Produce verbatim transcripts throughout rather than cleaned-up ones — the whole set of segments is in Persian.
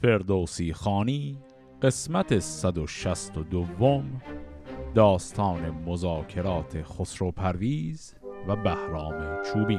فردوسی خانی قسمت صد و شصت و دوم داستان مذاکرات خسرو پرویز و بهرام چوبین.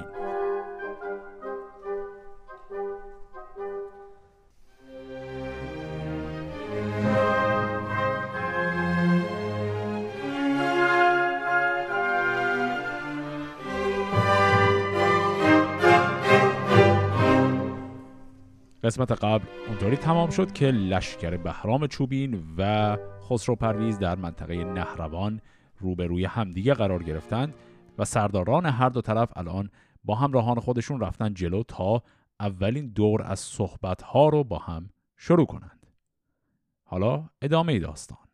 قسمت قبل اونطوری تمام شد که لشکر بهرام چوبین و خسرو پرویز در منطقه نهروان روبروی همدیگه قرار گرفتند و سرداران هر دو طرف الان با همراهان خودشون رفتن جلو تا اولین دور از صحبت‌ها رو با هم شروع کنند. حالا ادامه داستان.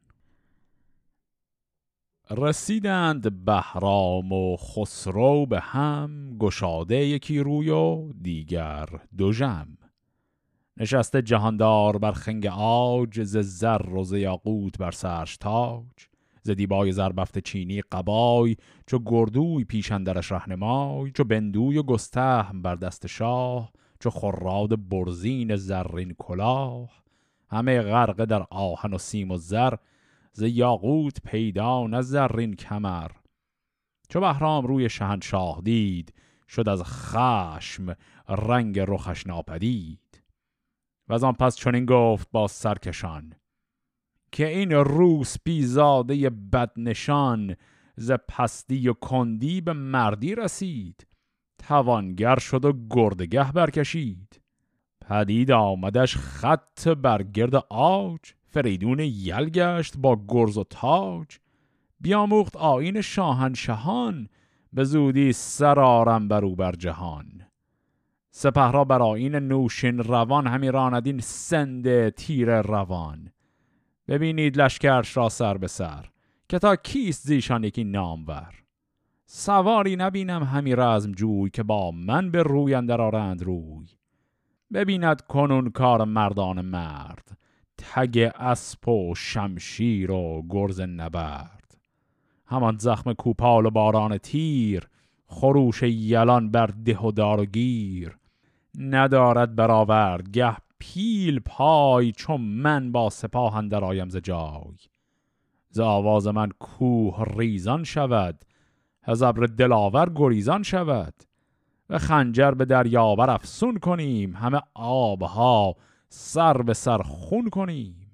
رسیدند بهرام و خسرو به هم، گشاده یکی روی و دیگر دو ژم. نشسته جهاندار بر خنگ عاج، ز زر و ز یاقوت بر سرش تاج. ز دیبای زربفت چینی قبای، چو گردوی پیش اندرش رهنمای. چو بندوی و گستهم بر دست شاه، چو خراد برزین زرین کلاه. همه غرقه در آهن و سیم و زر، ز یاقوت پیدا نه زرین کمر. چو بهرام روی شهنشاه دید، شد از خشم رنگ رخش ناپدید. و از آن پس چنین گفت با سرکشان، که این روس پیزاده بدنشان. ز پستی و کندی به مردی رسید، توانگر شد و گردگه برکشید. پدید آمدش خط بر گرد آج، فریدون یل گشت با گرز و تاج. بیاموخت آیین شاهنشهان، به زودی سرارم برو بر جهان. سپهرا بر آیین نوشین روان، همی راندین سند تیر روان. ببینید لشکرش را سر به سر، که تا کیست زیشان یکی نامور. سواری نبینم همی رزم جوی، که با من به روی اندر آرند روی. ببیند کنون کار مردان مرد، تگ اسپ و شمشیر و گرز نبرد. همان زخم کوپال و باران تیر، خروش یلان بر ده و دار و گیر. ندارد برآورد گه پیل پای، چون من با سپاه اندر آیم ز جای. ز آواز من کوه ریزان شود، از ابر دلاور گریزان شود. و خنجر به دریاور افسون کنیم، همه آبها سر به سر خون کنیم.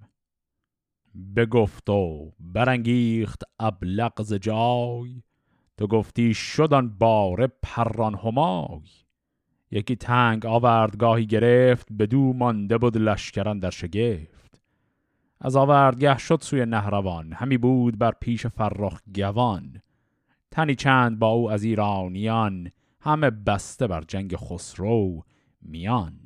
بگفت و برانگیخت ابلق ز جای، تو گفتی شدن باره پران همای. یکی تنگ آوردگاهی گرفت، بدو مانده بود لشکران در شگفت. از آوردگه شد سوی نهروان، همی بود بر پیش فرخ گوان. تنی چند با او از ایرانیان، همه بسته بر جنگ خسرو میان.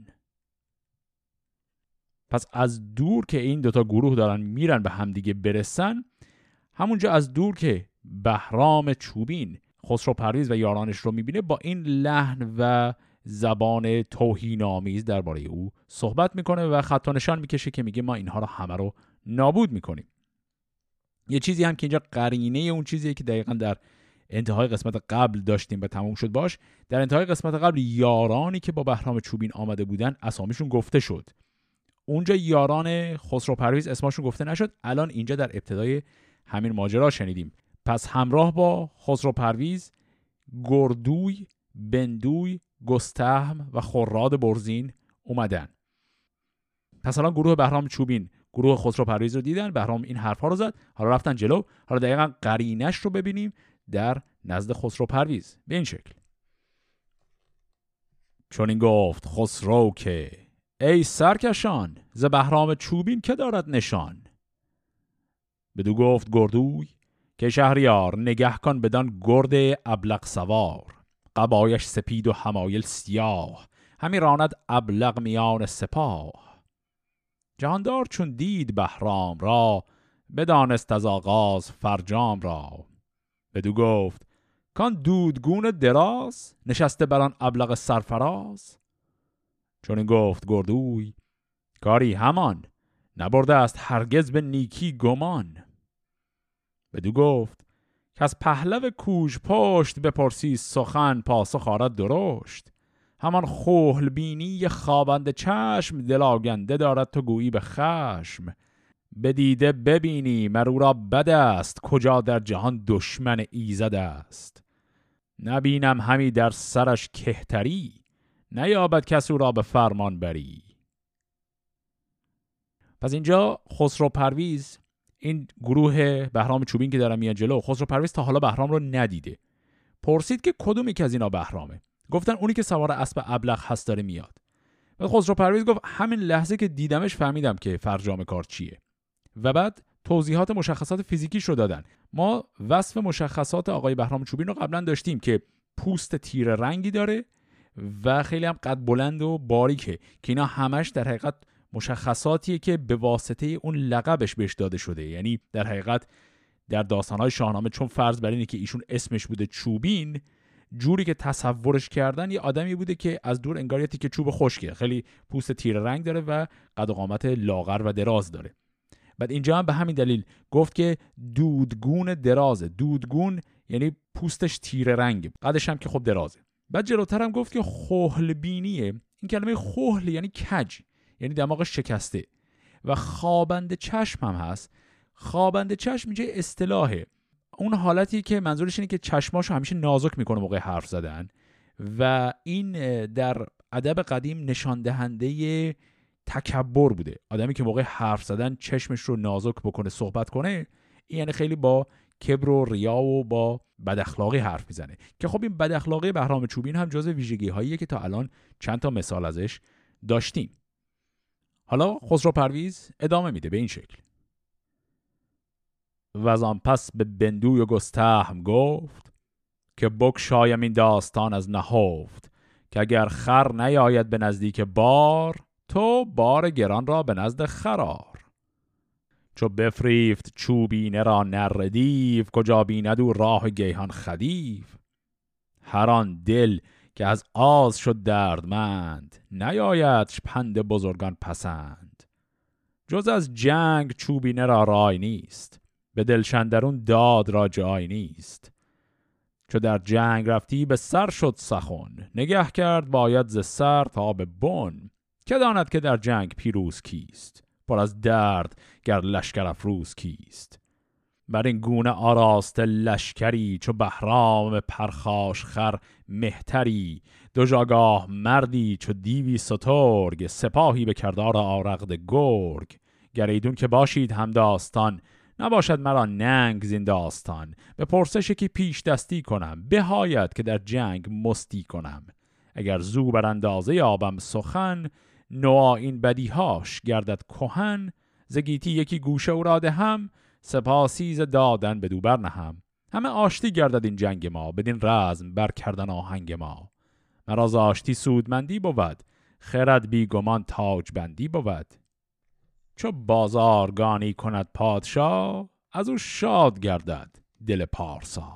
پس از دور که این دوتا گروه دارن میرن به همدیگه برسن، همونجا از دور که بهرام چوبین خسرو پرویز و یارانش رو میبینه، با این لحن و زبان توهین‌آمیز درباره او صحبت میکنه و خط و نشان میکشه که میگه ما اینها رو همه رو نابود میکنیم. یه چیزی هم که اینجا قرینه اون چیزیه که دقیقاً در انتهای قسمت قبل داشتیم و تموم شد باش. در انتهای قسمت قبل یارانی که با بهرام چوبین آمده بودن اسامیشون گفته شد. اونجا یاران خسرو پرویز اسمشون گفته نشد. الان اینجا در ابتدای همین ماجرا شنیدیم. پس همراه با خسرو پرویز گردوی، بندوی، گستهم و خراد برزین اومدن. پس الان گروه بهرام چوبین گروه خسرو پرویز رو دیدن، بهرام این حرفا رو زد، حالا رفتن جلو. حالا دقیقاً قرینش رو ببینیم در نزد خسرو پرویز به این شکل. چون این گفت خسرو که ای سرکشان، ز بهرام چوبین که دارد نشان. بدو گفت گردوی که شهریار، نگه کن بدان گرد ابلق سوار. قبایش سپید و حمایل سیاه، همی راند ابلق میان سپاه. جهاندار چون دید بهرام را، بدانست از آغاز فرجام را. بدو گفت کان دودگون دراز، نشسته بران ابلق سرفراز. چون این گفت گردوی کاری همان، نبرده است هرگز به نیکی گمان. بدو گفت که از پهلو کوژ پشت، بپرسی سخن پاسخ آرد درشت. همان خوهل بینی خوابنده چشم، دل آگنده دارد تو گویی به خشم. بدیده ببینی مرو را بد است، کجا در جهان دشمن ایزد است. نبینم همی در سرش کهتری، نیابد کس او را به فرمان بری. پس اینجا خسرو پرویز، این گروه بهرام چوبین که دارن میان جلو، خسرو پرویز تا حالا بهرام رو ندیده. پرسید که کدوم یک از اینا بهرامه؟ گفتن اونی که سوار اسب ابلق هست داره میاد. بعد خسرو پرویز گفت همین لحظه که دیدمش فهمیدم که فرجام کار چیه. و بعد توضیحات مشخصات فیزیکیش رو دادن. ما وصف مشخصات آقای بهرام چوبین رو قبلا داشتیم که پوست تیره رنگی داره و خیلی هم قد بلند و باریکه که اینا همش در حقیقت مشخصاتیه که به واسطه اون لقبش بهش داده شده. یعنی در حقیقت در داستان‌های شاهنامه چون فرض بر اینه که ایشون اسمش بوده چوبین، جوری که تصورش کردن یه آدمی بوده که از دور انگار یه تیکه چوب خشکه، خیلی پوست تیره رنگ داره و قد و قامت لاغر و دراز داره. بعد اینجا هم به همین دلیل گفت که دودگون درازه. دودگون یعنی پوستش تیره رنگه، قدش هم که خب درازه. بعد جلوتر هم گفت که خوهل بینیه. این کلمه خوهل یعنی کج، یعنی دماغ شکسته. و خوابنده چشم هم هست. خوابنده چشم اینجا اصطلاحه، اون حالتی که منظورش اینه که چشماشو همیشه نازک میکنه موقع حرف زدن و این در ادب قدیم نشان دهنده تکبر بوده. آدمی که موقع حرف زدن چشمش رو نازک بکنه صحبت کنه، این یعنی خیلی با کبر و ریا و با بد اخلاقی حرف میزنه. که خب این بد اخلاقی بهرام چوبین هم جزو ویژگی هاییه که تا الان چند تا مثال ازش داشتیم. حالا خسرو پرویز ادامه میده به این شکل: و از آن پس به بندوی و گستهم گفت، که بگشایم این داستان از نهفت. که اگر خر نیاید به نزدیک بار، تو بار گران را به نزد خرار. چو بفریفت چوبینه را نره دیو، کجا بیند او راه گیهان خدیو. هر آن دل که از آز شد دردمند، نیایدش پند بزرگان پسند. جز از جنگ چوبینه را رای نیست، به دلشندرون داد را جای نیست. چو در جنگ رفتی به سر شد سخن، نگه کرد باید ز سر تا به بن. که داند که در جنگ پیروز کیست، پر از درد گر لشکر افروز کیست. بر این گونه آراست لشکری، چو بهرام پرخاش خر مهتری. دو جاگاه مردی چو دیوی سترگ، سپاهی به کردار آرغد گرگ. گر ایدون که باشید هم داستان، نباشد مرا ننگ زین داستان. به پرسش که پیش دستی کنم، بهایت که در جنگ مستی کنم. اگر زو بر اندازه یابم سخن، نوع این بدیهاش گردد کهن. زگیتی یکی گوشه او را دهم، سپاسی ز دادن بدو برنهم. همه آشتی گردد این جنگ ما، بدین رزم بر کردن آهنگ ما. مرا ز آشتی سودمندی بود، خرد بی گمان تاج بندی بود. چو بازارگانی کند پادشاه، از او شاد گردد دل پارسا.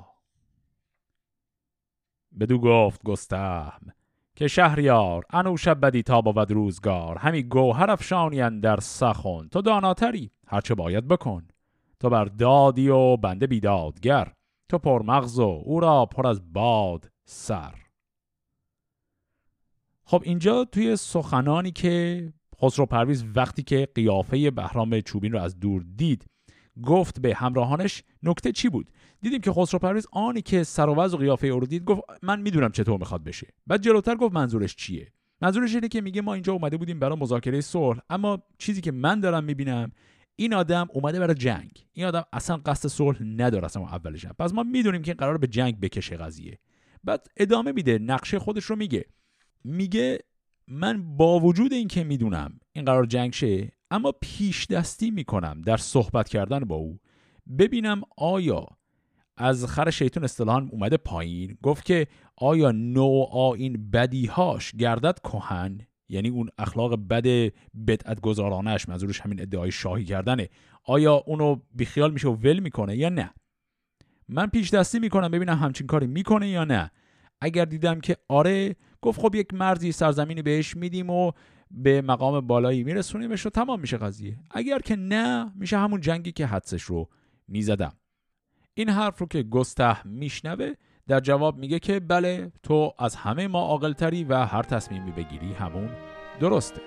بدو گفت گستهم که شهریار، انوشه بدی تا بود روزگار. همی گوهر افشانی اندر سخن، تو داناتری هرچه باید بکن. تو بر دادی و بنده بیدادگر، تو پرمغز و او را پر از باد سر. خب اینجا توی سخنانی که خسرو پرویز وقتی که قیافه بهرام چوبین رو از دور دید گفت به همراهانش، نکته چی بود؟ دیدیم که خسرو پرویز آنی که سر و وضع و قیافه او رو دید گفت من میدونم چطور میخواد بشه. بعد جلوتر گفت منظورش چیه؟ منظورش اینه که میگه ما اینجا اومده بودیم برای مذاکره صلح، اما چیزی که من دارم میبینم این آدم اومده برای جنگ. این آدم اصلا قصد صلح نداره اصلا اولش. پس ما میدونیم که این قراره به جنگ بکشه قضیه. بعد ادامه میده، نقشه خودش رو میگه. میگه من با وجود این که میدونم این قرار جنگ شه، اما پیش دستی میکنم در صحبت کردن با او ببینم آیا از خر شیطون اصطلاحاً اومده پایین. گفت که آیا نوع این بدیهاش گردد کهن، یعنی اون اخلاق بد بدعت گذارانش، منظورش همین ادعای شاهی کردنه، آیا اونو بیخیال میشه و ول میکنه یا نه؟ من پیش دستی میکنم ببینم همچین کاری میکنه یا نه. اگر دیدم که آره، گفت خب یک مرزی سرزمینی بهش میدیم و به مقام بالایی میرسونیمش و تمام میشه قضیه. اگر که نه، میشه همون جنگی که حدسش رو میزدم. این حرف رو که گستهم میشنوه در جواب میگه که بله، تو از همه ما عاقل‌تری و هر تصمیمی بگیری همون درسته.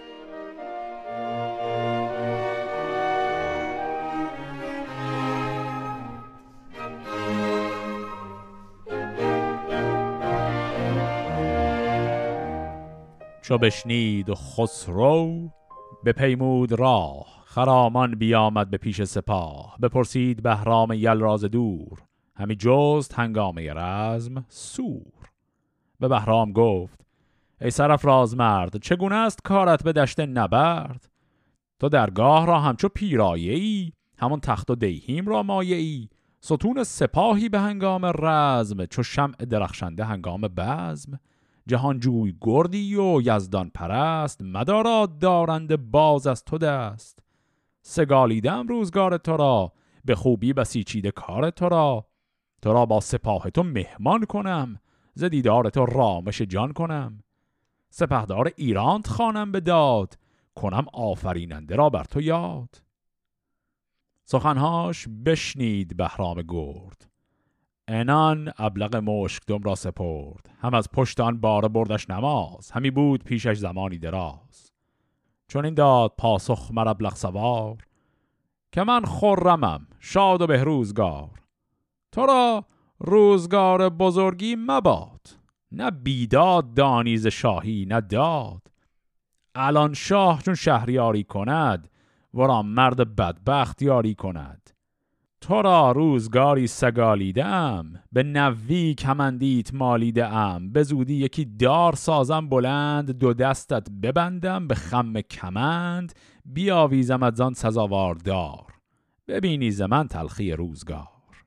چو بشنید خسرو بپیمود راه، خرامان بیامد به پیش سپاه. بپرسید بهرام یلراز دور، همی جست هنگامه رزم سور. به بهرام گفت ای سرافراز مرد، چگونه است کارت به دشت نبرد؟ تو درگاه را همچو پیرایه ای، همون تخت و دیهیم را مایه ای. ستون سپاهی به هنگام رزم، چو شمع درخشنده هنگام بزم. جهانجوی گردی و یزدان پرست، مداراد دارنده باز از تو دست. سگالیدم روزگار تو را، به خوبی بسیچیده کار تو را. تو را با سپاه تو مهمان کنم، ز دیدار تو رامش جان کنم. سپهدار ایرانت خوانم به داد، کنم آفریننده را بر تو یاد. سخنهاش بشنید بهرام گرد، عنان ابلق مشکدم را سپرد. هم از پشت آن باره بردش نماز، همی بود پیشش زمانی دراز. چون این داد پاسخ مر ابلق سوار، که من خرمم شاد و بهروزگار. تو را روزگار بزرگی مباد، نه بیداد دانیز شاهی نه داد. الان شاه چون شهریاری کند، ورا مرد بدبخت یاری کند. تو را روزگاری سگالیدم، به نوی کمندیت مالیدم. به زودی یکی دار سازم بلند، دو دستت ببندم به خم کمند. بیاویزم از آن سزاوار دار، ببینی ز من تلخی روزگار.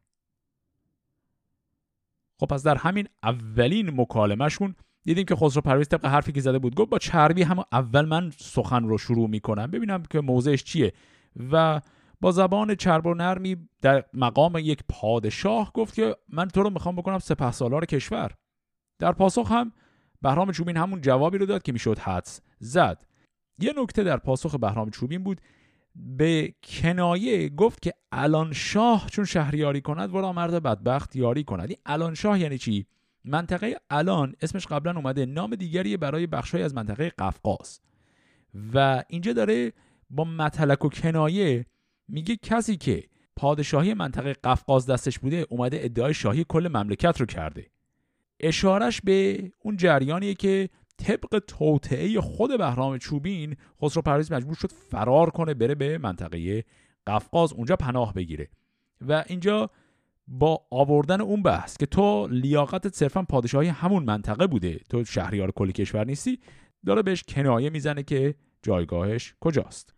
خب پس در همین اولین مکالمه‌شون دیدیم که خسرو پرویز طبق حرفی که زده بود گفت با چربی هم اول من سخن رو شروع میکنم، ببینم که موضعش چیه. و با زبان چرب و نرمی در مقام یک پادشاه گفت که من تو رو میخوام بکنم سپهسالار کشور. در پاسخ هم بهرام چوبین همون جوابی رو داد که میشد حدس زد. یه نکته در پاسخ بهرام چوبین بود، به کنایه گفت که الان شاه چون شهریاری کند ورا مرد بدبخت یاری کند. این الان شاه یعنی چی؟ منطقه الان اسمش قبلا اومده، نام دیگری برای بخشای از منطقه قفقاز. و اینجا داره با متلک و کنایه میگه کسی که پادشاهی منطقه قفقاز دستش بوده اومده ادعای شاهی کل مملکت رو کرده. اشارش به اون جریانیه که طبق توطئه خود بهرام چوبین خسرو پرویز مجبور شد فرار کنه بره به منطقه قفقاز اونجا پناه بگیره. و اینجا با آوردن اون بحث که تو لیاقتت صرفا پادشاهی همون منطقه بوده، تو شهریار کل کشور نیستی، داره بهش کنایه میزنه که جایگاهش کجاست.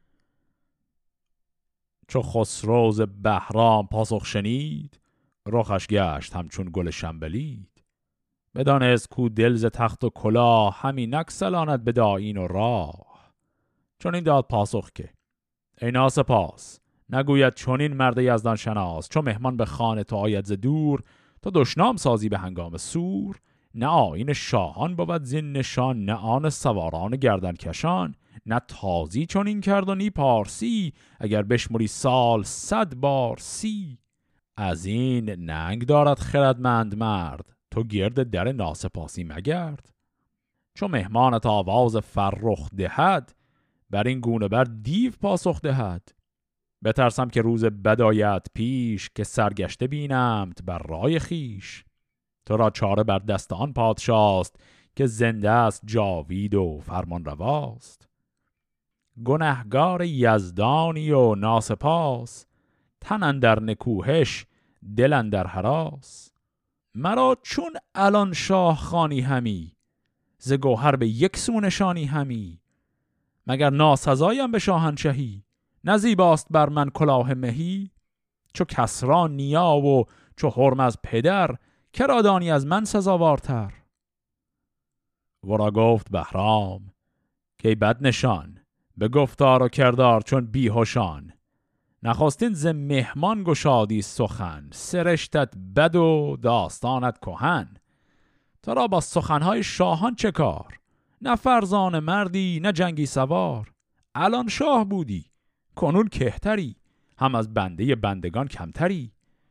چو خسرو ز بهرام پاسخ شنید، رخش گشت همچون گل شنبلید. بدانست کو دل ز تخت و کلاه، همی نگسلاند به داین و راه. چون این داد پاسخ که ای ناسپاس، نگوید چون این مرد یزدان شناس. چون مهمان به خانه تو آید ز دور، تو دشنام سازی به هنگام سور. نه آیین شاهان بود زین نشان، نه آن سواران گردن کشان. نه تازی چون این کرد و نی پارسی، اگر بشمری سال صد بار سی. از این ننگ دارد خردمند مرد، تو گرد در ناسپاسی مگرد. چون مهمانت آواز فرخ دهد، بر این گونه بر دیو پاسخ دهد. بترسم که روز بدایت پیش، که سرگشته بینمت بر رای خیش. تو را چاره بر دست آن پادشاست، که زنده است جاوید و فرمان رواست. گنهگار یزدانی و ناسپاس، تن اندر نکوهش دل اندر هراس. مرا چون الان شاه خانی همی، ز گوهر به یک سو نشانی همی. مگر ناسزایم به شاهنشهی، نزیباست بر من کلاه مهی. چو کسرا نیا و چو هرمز پدر، کرا دانی از من سزاوارتر. ورا گفت بهرام که بد نشان، به گفتار و کردار چون بیهوشان. نخواستین ز مهمان گشادی سخن، سرشتت بد و داستانت کهن. تو را با سخنهای شاهان چه کار؟ نه فرزان مردی نه جنگی سوار. الان شاه بودی کنون کهتری، هم از بنده بندگان کمتری.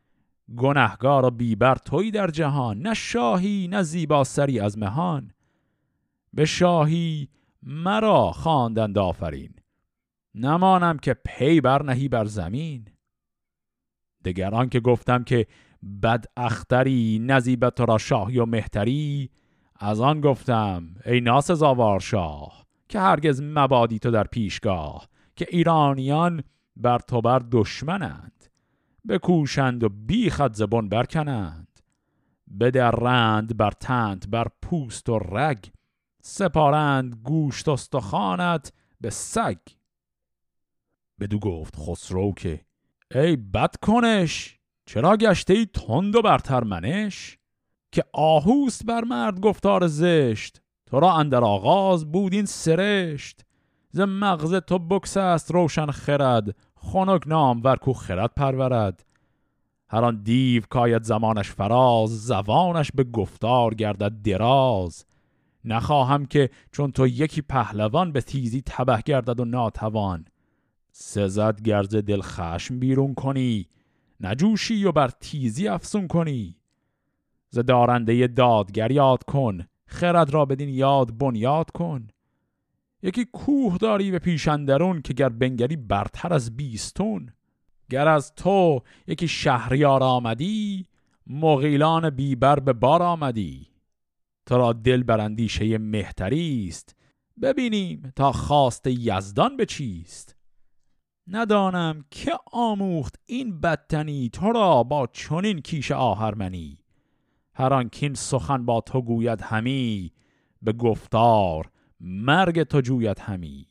گنهگار و بیبر توی در جهان، نه شاهی نه زیبا سری از مهان. به شاهی مرا خواندند آفرین، نمانم که پی بر نهی بر زمین. دگران که گفتم که بد اختری، نزیبت تو را شاهی و مهتری. از آن گفتم ای ناسزاوار شاه، که هرگز مبادی تو در پیشگاه. که ایرانیان بر تو بر دشمنند، بکوشند و بیخت زبون برکنند. بدرند بر تنت بر پوست و رگ، سپارند گوشت استخوانت به سگ. بدو گفت خسرو که ای بد کنش، چرا گشته ای تند و برتر منش؟ که آهوست بر مرد گفتار زشت، تو را اندر آغاز بود این سرشت. ز مغز تو بکس است روشن خرد، خنک نام ورکو خرد پرورد. هر آن دیو کاید زمانش فراز، زبانش به گفتار گردد دراز. نخواهم که چون تو یکی پهلوان، به تیزی تبه گردد و ناتوان. سزد گرز دل خشم بیرون کنی، نجوشی و بر تیزی افسون کنی. ز دارنده دادگر یاد کن، خرد را بدین یاد بنیاد کن. یکی کوه داری به پیش اندرون، که گر بنگری برتر از بیستون. گر از تو یکی شهریار آمدی، مغیلان بیبر به بار آمدی. تو را دل بر اندیشه مهتری است، ببینیم تا خواست یزدان به چیست. ندانم که آموخت این بدتنی، تو را با چنین کیش آهرمنی. هر آن کین سخن با تو گوید همی، به گفتار مرگ تو جوید همی.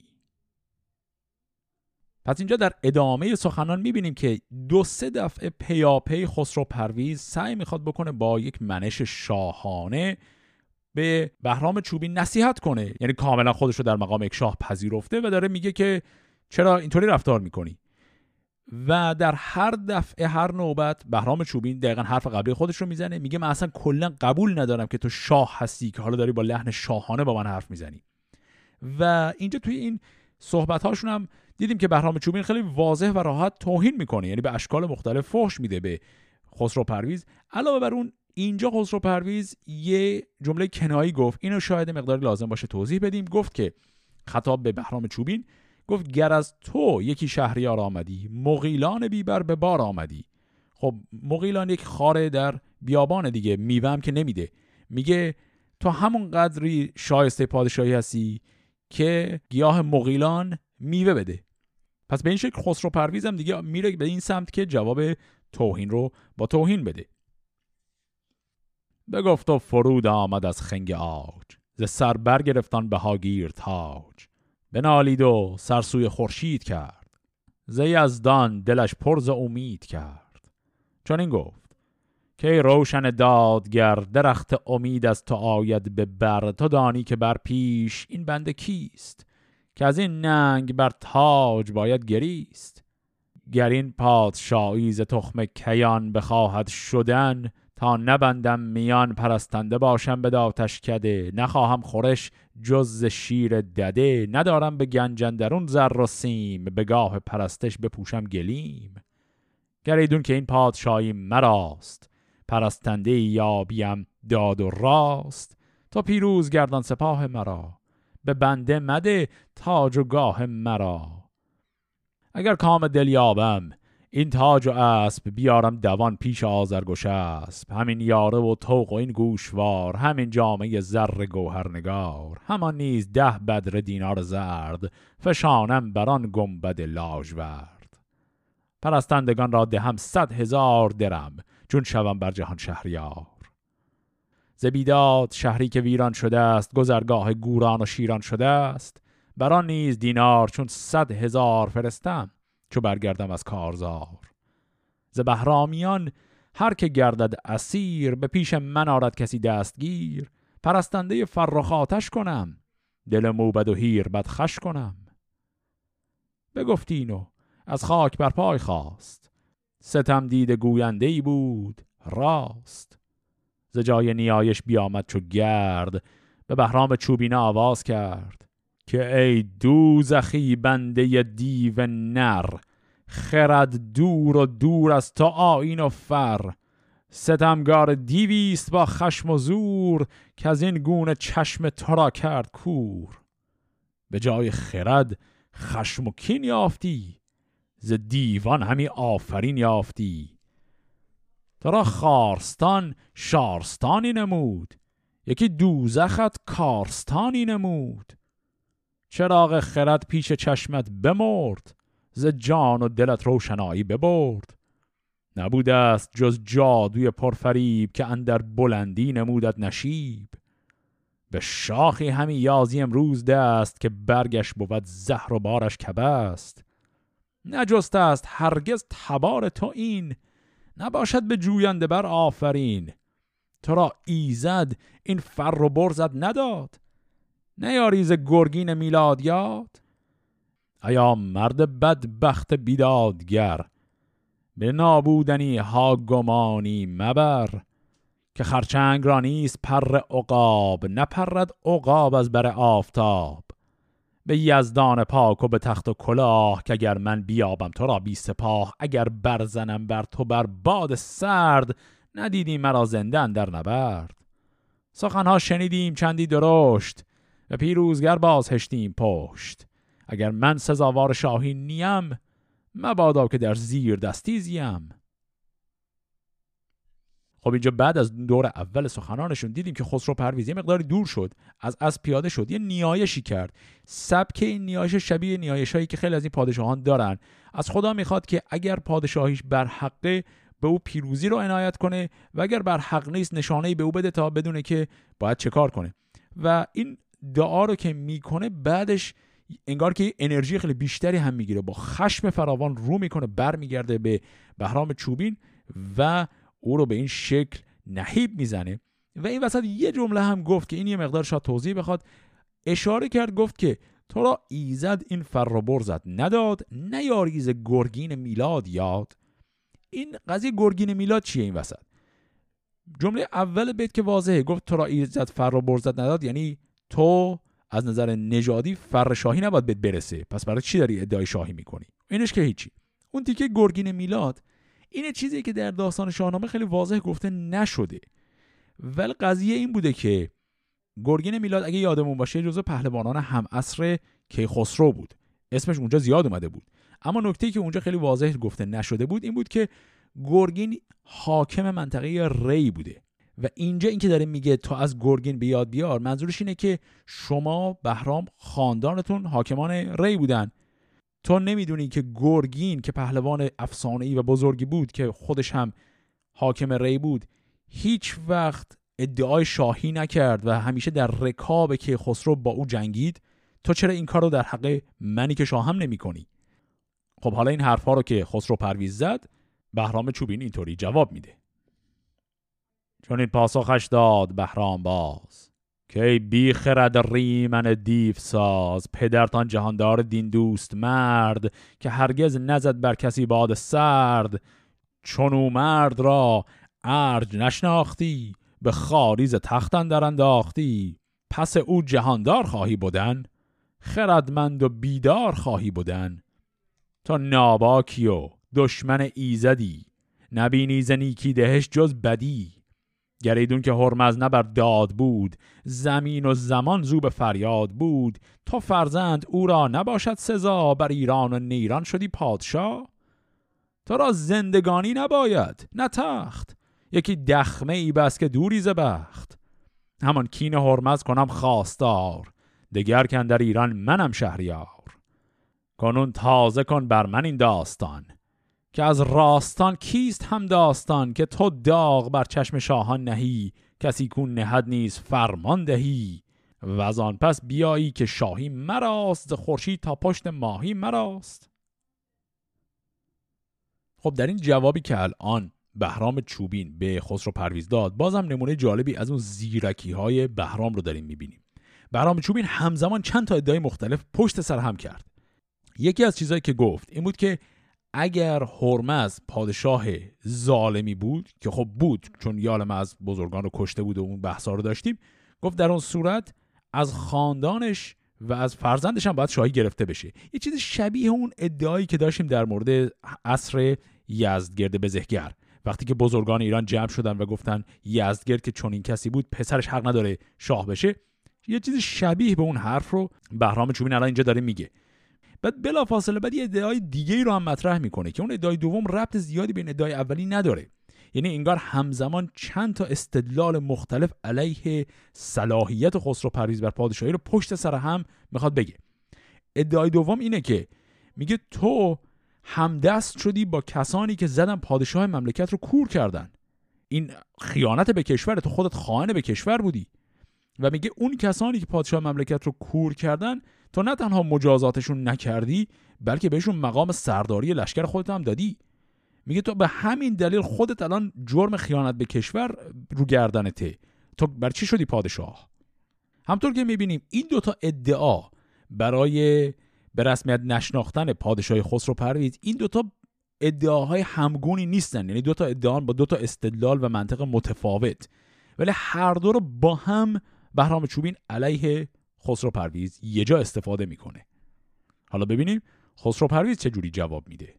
پس اینجا در ادامه سخنان میبینیم که دو سه دفعه پیاپی خسرو پرویز سعی میخواد بکنه با یک منش شاهانه به بهرام چوبین نصیحت کنه. یعنی کاملا خودش رو در مقام یک شاه پذیرفته و داره میگه که چرا اینطوری رفتار میکنی. و در هر دفعه هر نوبت بهرام چوبین دقیقا حرف قبلی خودش رو میزنه، میگه من اصلا کلا قبول ندارم که تو شاه هستی که حالا داری با لحن شاهانه با من حرف میزنی. و اینجا توی این صحبت هاشون هم دیدیم که بهرام چوبین خیلی واضح و راحت توهین میکنه، یعنی به اشکال مختلف فحش میده به خسرو پرویز. علاوه بر اون اینجا خسرو پرویز یه جمله کنایی گفت، اینو شاید مقداری لازم باشه توضیح بدیم. گفت که خطاب به بهرام چوبین گفت گر از تو یکی شهریار آمدی، مغیلان بیبر به بار آمدی. خب مغیلان یک خاره در بیابان دیگه، میوه هم که نمیده. میگه تو همون قدری شایسته پادشاهی هستی که گیاه مغیلان میوه بده. پس به این شکل خسرو پرویز هم دیگه میره به این سمت که جواب توهین رو با توهین بده. بگفت و فرود آمد از خنگ آج، ز سر برگرفتان بهاگیر تاج. بنالید و سرسوی خورشید کرد، ز یزدان دلش پر ز امید کرد. چون این گفت که روشن دادگر، درخت امید از تو آید به بر. تو دانی که بر پیش این بنده کیست، که از این ننگ بر تاج باید گریست. گر این پادشاهی ز تخم کیان بخواهد شدن، تا نبندم میان پرستنده باشم به آتش کده. نخواهم خورش جز شیر دده، ندارم به گنج اندرون زر و سیم. به گاه پرستش بپوشم گلیم. گر ایدون که این پادشاهی مراست، پرستنده یابیم داد و راست. تا پیروز گردان سپاه مرا، به بنده مده تاج و گاه مرا. اگر کام دل یابم این تاج و اسب، بیارم دوان پیش آذرگوش اسب. همین یاره و طوق و این گوشوار، همین جامعه زر گوهرنگار. همان نیز ده بدر دینار زرد، فشانم بران گنبد لاژورد. پرستندگان را دهم صد هزار درم، چون شوم بر جهان شهریار. ز بیداد شهری که ویران شده است، گذرگاه گوران و شیران شده است. بران نیز دینار چون صد هزار فرستم، چو برگردم از کارزار. ز بهرامیان هر که گردد اسیر، به پیش من آرد کسی دستگیر. پرستنده فرخ آتش کنم، دل موبد و هیر بدخش کنم. بگفتینو از خاک بر پای خواست، ستم دیده گوینده ای بود راست. ز جای نیایش بیامد چو گرد، به بهرام چوبین آواز کرد. که ای دوزخی بنده دیو نر، خرد دور و دور از تو آیین و فر. ستمگار دیویست با خشم و زور، که از این گونه چشم تو را کرد کور. به جای خرد خشم و کین یافتی، ز دیوان همی آفرین یافتی. تو را خارستان شارستانی نمود، یکی دوزخت کارستانی نمود. چراغ خرد پیش چشمت بمرد، ز جان و دلت روشنایی ببرد. نبوده است جز جادوی پرفریب، که اندر بلندی نمودت نشیب. به شاخی همی یازی امروز دست، که برگش بود زهر و بارش کبست. نجست است هرگز تبار تو این، نباشد به جوینده بر آفرین. تو را ایزد این فر و برزت نداد، نیاری ز گرگین میلاد یاد. ایا مرد بدبخت بیدادگر، به نابودنی ها گمانی مبر. که خرچنگ را نیست پر عقاب، نپرد عقاب از بر آفتاب. به یزدان پاک و به تخت و کلاه، که اگر من بیابم تو را بی سپاه. اگر برزنم بر تو بر باد سرد، ندیدیم مرا زنده اندر نبرد. سخنها شنیدیم چندی درشت، و پیروزگر باز هشتیم پشت. اگر من سزاوار شاهی نیم، مبادا که در زیر دستی زیم. خب اینجا بعد از دور اول سخنانشون دیدیم که خسرو پرویز یه مقداری دور شد، از از پیاده شد، یه نیایشی کرد. سبک این نیایش شبیه نیایشایی که خیلی از این پادشاهان دارن. از خدا میخواد که اگر پادشاهیش بر حقه به او پیروزی رو عنایت کنه، و اگر بر حق نیست نشانه‌ای به او بده تا بدونه که باید چه کار کنه. و این دعا رو که میکنه بعدش انگار که انرژی خیلی بیشتری هم میگیره، با خشم فراوان رو میکنه، بر میگرده به بهرام چوبین و او رو به این شکل نهیب میزنه. و این وسط یه جمله هم گفت که این یه مقدار شاید توضیح بخواد. اشاره کرد گفت که تو را ایزد این فر و برزت نداد، نیاری ز گرگین میلاد یاد. این قضیه گرگین میلاد چیه این وسط؟ جمله اول بیت که واضحه، گفت تو را ایزد فر و برزت نداد، یعنی تو از نظر نژادی فر شاهی نباید بهت برسه، پس برای چی داری ادعای شاهی میکنی؟ اینش که هیچی. اون تیکه گرگین میلاد این چیزی که در داستان شاهنامه خیلی واضح گفته نشده، ولی قضیه این بوده که گرگین میلاد اگه یادمون باشه جزو پهلوانان هم عصر کیخسرو بود، اسمش اونجا زیاد اومده بود. اما نکته‌ای که اونجا خیلی واضح گفته نشده بود این بود که گرگین حاکم منطقه ری بوده. و اینجا این که داره میگه تو از گرگین بیاد بیار، منظورش اینه که شما بهرام خاندانتون حاکمان ری بودن. تو نمیدونی که گرگین که پهلوان افسانه‌ای و بزرگی بود که خودش هم حاکم ری بود، هیچ وقت ادعای شاهی نکرد و همیشه در رکاب که خسرو با او جنگید. تو چرا این کار رو در حق منی که شاهم نمی کنی؟ خب حالا این حرفا رو که خسرو پرویز زد، بهرام چوبین اینطوری جواب میده. چون این پاسخش داد بهرام باز، که بی خرد ریمن دیو ساز. پدرتان جهاندار دین دوست مرد، که هرگز نزد بر کسی باد سرد. چون او مرد را ارج نشناختی، به خاریز تخت اندر انداختی. پس او جهاندار خواهی بودن، خردمند و بیدار خواهی بودن. تا ناباکی و دشمن ایزدی، نبینی ز نیکی دهش جز بدی. گریدون که هرمز نه بر داد بود، زمین و زمان زو به فریاد بود. تا فرزند او را نباشد سزا، بر ایران و نیران شدی پادشاه. تو را زندگانی نباید نه تخت، یکی دخمه ای بس که دوری ز بخت. همان کین هرمز کنم خواستار، دگر کن در ایران منم شهریار. کنون تازه کن بر من این داستان، که از راستان کیست هم داستان. که تو داغ بر چشم شاهان نهی، کسی کون نهد نیز فرمان دهی. و از آن پس بیایی که شاهی مراست، ز خورشید تا پشت ماهی مراست. خب در این جوابی که الان بهرام چوبین به خسرو پرویز داد، بازم نمونه جالبی از اون زیرکی های بهرام رو داریم میبینیم. بهرام چوبین همزمان چند تا ادعای مختلف پشت سر هم کرد. یکی از چیزایی که گفت این بود که اگر هرمز پادشاه ظالمی بود، که خب بود چون یالم از بزرگان رو کشته بود و اون بحثا رو داشتیم، گفت در اون صورت از خاندانش و از فرزندش هم باید شاهی گرفته بشه. یه چیز شبیه اون ادعایی که داشتیم در مورد عصر یزدگرد بزهگر. وقتی که بزرگان ایران جمع شدن و گفتن یزدگرد که چنین کسی بود پسرش حق نداره شاه بشه، یه چیز شبیه به اون حرف رو بهرام چوبین الان اینجا داره میگه. بعد بلافاصله بعد یه ادعای دیگه ای رو هم مطرح میکنه که اون ادعای دوم ربط زیادی به ادعای اولی نداره. یعنی انگار همزمان چند تا استدلال مختلف علیه صلاحیت خسرو پرویز بر پادشاهی رو پشت سر هم میخواد بگه. ادعای دوم اینه که میگه تو همدست شدی با کسانی که زدن پادشاه مملکت رو کور کردن. این خیانت به کشور، تو خودت خائن به کشور بودی. و میگه اون کسانی که پادشاه مملکت رو کور کردن تو نه تنها مجازاتشون نکردی بلکه بهشون مقام سرداری لشکر خودت هم دادی. میگه تو به همین دلیل خودت الان جرم خیانت به کشور رو گردنته. تو بر چی شدی پادشاه؟ همطور که میبینیم این دوتا ادعا برای به رسمیت نشناختن پادشاهی خسرو پرویز، این دوتا ادعاهای همگونی نیستن. یعنی دوتا ادعا با دوتا استدلال و منطق متفاوت، ولی هر دو رو با هم بهرام چوبین علیه خسرو پرویز یه جا استفاده میکنه. حالا ببینیم خسرو پرویز چه جوری جواب میده.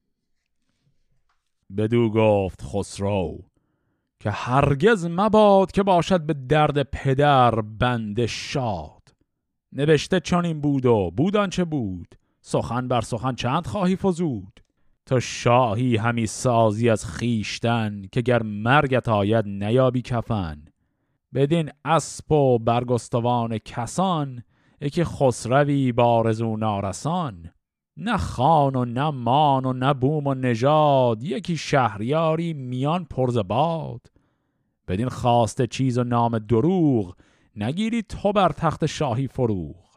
بدو گفت خسرو که هرگز مباد که باشد به درد پدر بنده شاد. نوشته چنین بود و بود آنچه بود، سخن بر سخن چند خواهی فزود. تو شاهی همی سازی از خیشتن، که گر مرگت آید نیابی کفن. بدین اسب و برگستوان کسان، یکی خسروی بارزو نارسان. نه خان و نه مان و نه بوم و نژاد، یکی شهریاری میان پرز باد. بدین خواسته چیز و نام دروغ، نگیری تو بر تخت شاهی فروغ.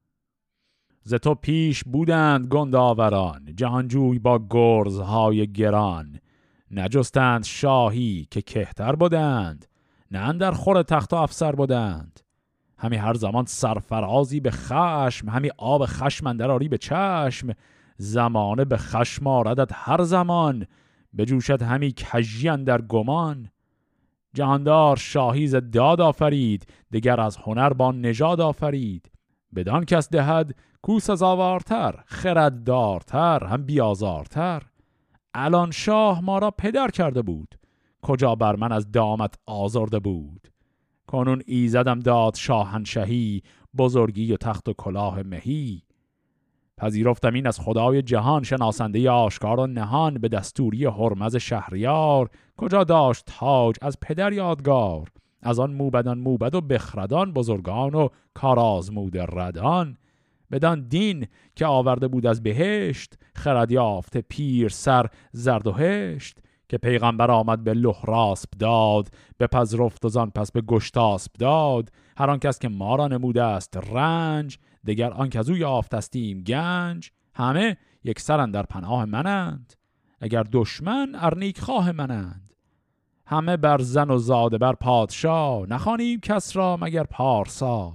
ز تو پیش بودند گندآوران، جهانجوی با گرزهای گران. نجستند شاهی که کهتر بودند، نه اندر خور تخت و افسر بودند. همی هر زمان سرفرازی به خشم، همی آب خشم اندر آری به چشم. زمانه به خشم آردد هر زمان، بجوشد همی کژی اندر گمان. جهاندار شاهی ز داد آفرید، دگر از هنر با نژاد آفرید. بدان کس دهد کو سزاوارتر، خرددارتر هم بیازارتر. الان شاه ما را پدر کرده بود، کجا بر من از دامت آزرده بود. کنون ایزدم داد شاهنشهی، بزرگی و تخت و کلاه مهی. پذیرفتم این از خدای جهان، شناسنده آشکار و نهان. به دستوری هرمز شهریار، کجا داشت تاج از پدر یادگار. از آن موبدان موبد و بخردان، بزرگان و کارآزمود ردان. بدان دین که آورده بود از بهشت، خرد یافته پیر سر زرد و هشت. که پیغمبر آمد به لهراسب داد، به پذرفت و زان پس به گشتاسب داد. هر آن کس که ما را نموده است رنج، دگر آن که از او یافتستیم گنج. همه یک سرن در پناه منند، اگر دشمن ارنیک خواه منند. همه بر زن و زاده بر پادشاه، نخوانیم کس را مگر پارسا.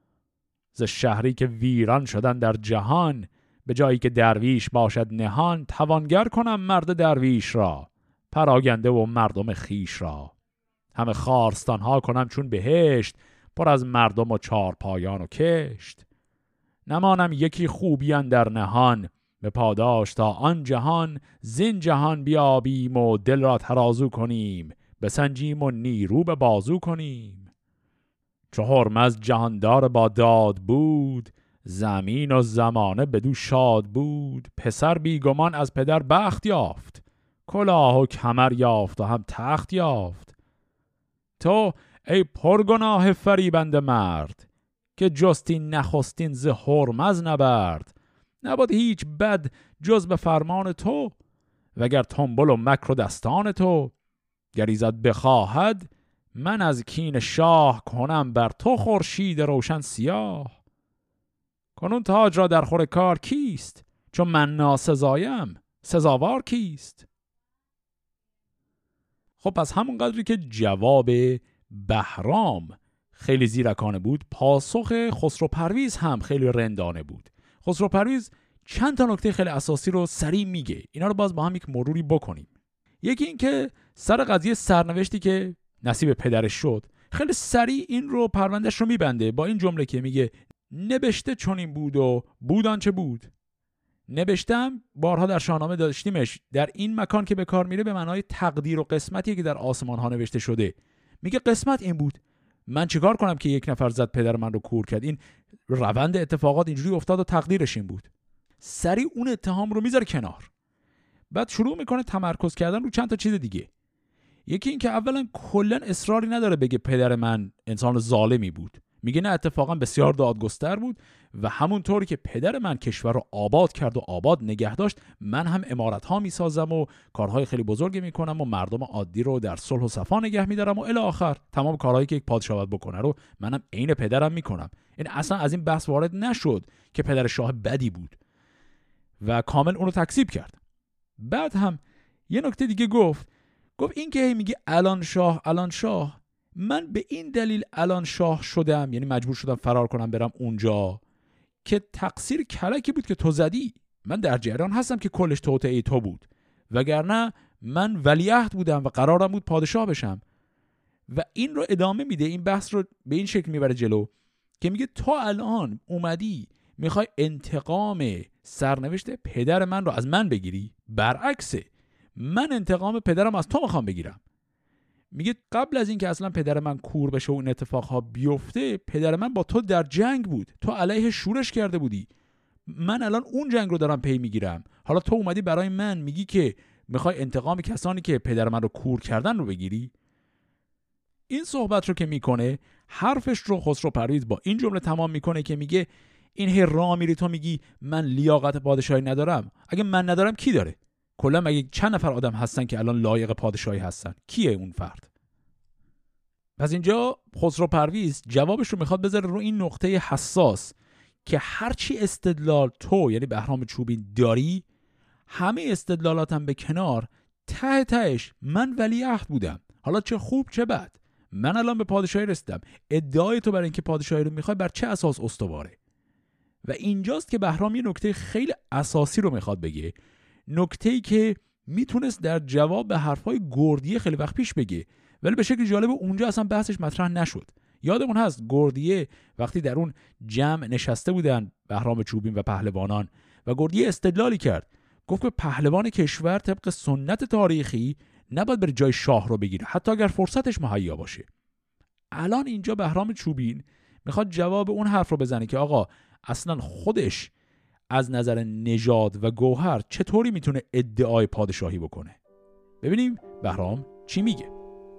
ز شهری که ویران شدن در جهان، به جایی که درویش باشد نهان. توانگر کنم مرد درویش را، پراگنده و مردم خیش را. همه خارستان ها کنم چون بهشت، پر از مردم و چارپایان و کشت. نمانم یکی خوبیان در نهان، به پاداش تا آن جهان. زین جهان بیابیم و دل را ترازو کنیم، بسنجیم و نیرو به بازو کنیم. چو هرمز جهاندار با داد بود، زمین و زمانه بدو شاد بود. پسر بیگمان از پدر بخت یافت، کلاه و کمر یافت و هم تخت یافت. تو ای پرگناه فریبنده مرد، که جستین نخستین ز هرمز نبرد. نبود هیچ بد جز به فرمان تو، وگر تنبل و مکر و دستان تو. گر ایزد بخواهد من از کین شاه، کنم بر تو خورشید روشن سیاه. کنون تاج را در خور کار کیست، چون من ناسزایم سزاوار کیست. خب پس همون قدری که جواب بهرام خیلی زیرکانه بود، پاسخ خسرو پرویز هم خیلی رندانه بود. خسرو پرویز چند تا نکته خیلی اساسی رو سریع میگه، اینا رو باز با هم یک مروری بکنیم. یکی این که سر قضیه سرنوشتی که نصیب پدرش شد، خیلی سریع این رو پروندهش رو میبنده با این جمله که میگه نوشته چنین بود و بود آنچه بود. نوشتم، بارها در شاهنامه داشتیمش، در این مکان که به کار میره به معنای تقدیر و قسمتی که در آسمان ها نوشته شده. میگه قسمت این بود، من چیکار کنم که یک نفر زد پدر من رو کور کرد؟ این روند اتفاقات اینجوری افتاد و تقدیرش این بود. سریع اون اتهام رو میذاره کنار، بعد شروع میکنه تمرکز کردن رو چند تا چیز دیگه. یکی این که اولا کلا اصراری نداره بگه پدر من انسان ظالمی بود، میگه نه، اتفاقا بسیار دادگستر بود و همونطوری که پدر من کشور رو آباد کرد و آباد نگه داشت، من هم عمارت‌ها میسازم و کارهای خیلی بزرگی میکنم و مردم عادی رو در صلح و صفا نگه میدارم و الی آخر تمام کارهایی که یک پادشاه باید بکنه رو منم عین پدرم میکنم. این اصلا از این بحث وارد نشد که پدر شاه بدی بود و کامل اونو تکذیب کرد. بعد هم یه نکته دیگه گفت، گفت این که میگه الان شاه الان شاه، من به این دلیل الان شاه شدم، یعنی مجبور شدم فرار کنم برم اونجا، که تقصیر کلکی بود که تو زدی. من در جریان هستم که کلش توطئه تو بود، وگرنه من ولیعهد بودم و قرارم بود پادشاه بشم. و این رو ادامه میده، این بحث رو به این شکل میبره جلو که میگه تو الان اومدی میخوای انتقام سرنوشت پدر من رو از من بگیری، برعکسه، من انتقام پدرم از تو میخوام بگیرم. میگه قبل از این که اصلا پدر من کور بشه و این اتفاقها بیفته، پدر من با تو در جنگ بود، تو علیه شورش کرده بودی، من الان اون جنگ رو دارم پی میگیرم، حالا تو اومدی برای من میگی که میخوای انتقام کسانی که پدر من رو کور کردن رو بگیری. این صحبت رو که میکنه، حرفش رو خسرو پرویز با این جمله تمام میکنه که میگه این هی راه میری تو میگی من لیاقت پادشاهی ندارم، اگه من ندارم کی داره؟ کلا مگه چند نفر آدم هستن که الان لایق پادشاهی هستن؟ کیه اون فرد؟ پس اینجا خسرو پرویز جوابش رو میخواد بذاره رو این نقطه حساس که هرچی استدلال تو یعنی بهرام چوبین داری، همه استدلالاتم به کنار، ته تهش من ولیعهد بودم، حالا چه خوب چه بد، من الان به پادشاهی رسیدم. ادعای تو برای اینکه پادشاهی رو میخوای بر چه اساس استواره؟ و اینجاست که بهرام یه نکته خیلی اساسی رو میخواد بگه، نکته‌ای که میتونست در جواب به حرفای گردیه خیلی وقت پیش بگه، ولی به شکل جالب اونجا اصلا بحثش مطرح نشد. یادمون هست گردیه وقتی در اون جمع نشسته بودن بهرام چوبین و پهلوانان و گردیه استدلالی کرد، گفت که پهلوان کشور طبق سنت تاریخی نباید بر جای شاه رو بگیره حتی اگر فرصتش مهیا باشه. الان اینجا بهرام چوبین میخواد جواب اون حرف رو بزنه که آقا اصلا خودش از نظر نژاد و گوهر چطوری میتونه ادعای پادشاهی بکنه. ببینیم بهرام چی میگه.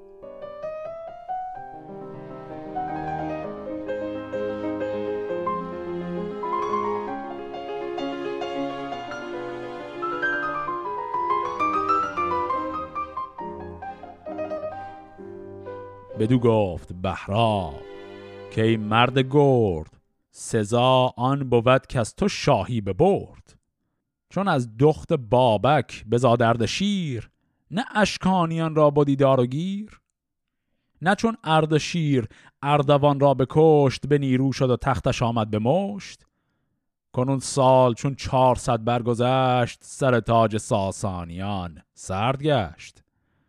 بدو گفت بهرام که ای مرد گرد، سزا آن بود که از تو شاهی ببرد. چون از دخت بابک بزاد اردشیر، نه اشکانیان را بودی دار و گیر. نه چون اردشیر اردوان را بکشت، به نیرو شد و تختش آمد به مشت. کنون سال چون چهارصد برگذشت، سر تاج ساسانیان سرد گشت.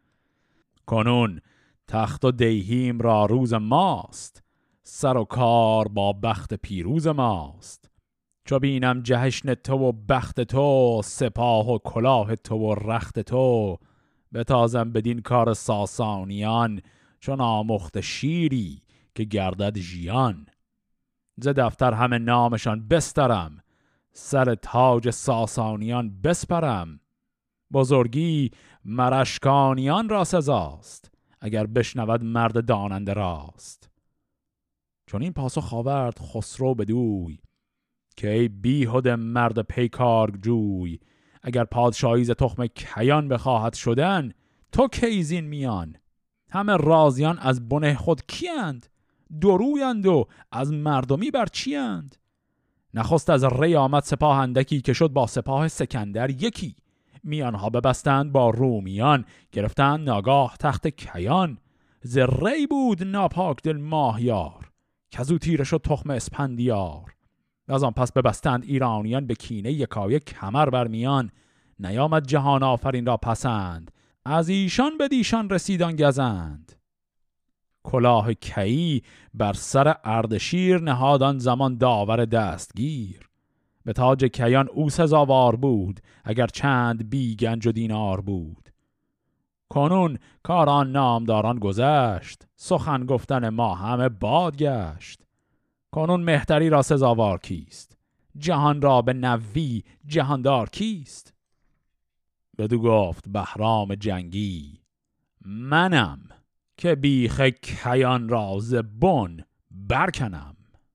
کنون تخت و دیهیم را روز ماست، سر و کار با بخت پیروز ماست. چو بینم جهشن تو و بخت تو، سپاه و کلاه تو و رخت تو. بتازم بدین کار ساسانیان، چون آمخت شیری که گردد ژیان. ز دفتر همه نامشان بسترم، سر تاج ساسانیان بسپرم. بزرگی مرشکانیان را سزاست، اگر بشنود مرد داننده راست. چون این پاسخ آورد خسرو بدوی، که ای بیهوده مرد پیکار جوی. اگر پادشاهی ز تخم کیان بخواهد شدن، تو کیزین میان. همه رازیان از بنه خود کیند، درویند و از مردمی بر چیند. نخست از ری آمد سپاه اندکی، که شد با سپاه سکندر یکی. میانها ببستند با رومیان، گرفتند ناگاه تخت کیان. ز ری بود ناپاک دل ماهیار، کزو تیره شد تخم اسپندیار. از آن پس ببستند ایرانیان، به کینه یکایک کمر برمیان. نیامد جهان آفرین را پسند، از ایشان به دیشان رسیدان گزند. کلاه کیی بر سر اردشیر، نهادان زمان داور دستگیر. به تاج کیان او سزاوار بود، اگر چند بی گنج و دینار بود. کنون کاران نامداران گذشت، سخن گفتن ما همه باد گشت. کنون مهتری را سزاوار کیست، جهان را به نوی جهاندار کیست؟ بدو گفت بهرام جنگی، منم که بیخ کیان را ز بن برکنم.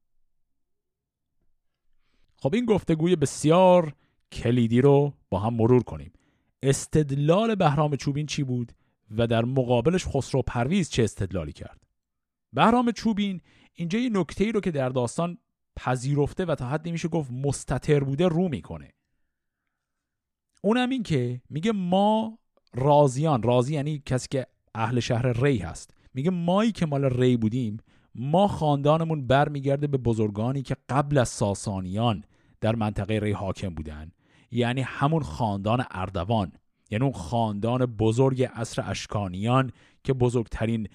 خب این گفتگوی بسیار کلیدی رو با هم مرور کنیم. استدلال بهرام چوبین چی بود و در مقابلش خسرو پرویز چه استدلالی کرد؟ بهرام چوبین اینجا یه نکته‌ای رو که در داستان پذیرفته و تا حدی میشه گفت مستتر بوده رو میکنه. اونم این که میگه ما رازیان، رازی یعنی کسی که اهل شهر ری هست، میگه مایی که مال ری بودیم، ما خاندانمون بر میگرده به بزرگانی که قبل از ساسانیان در منطقه ری حاکم بودن، یعنی همون خاندان اردوان، یعنی اون خاندان بزرگ عصر اشکانیان که بزرگترین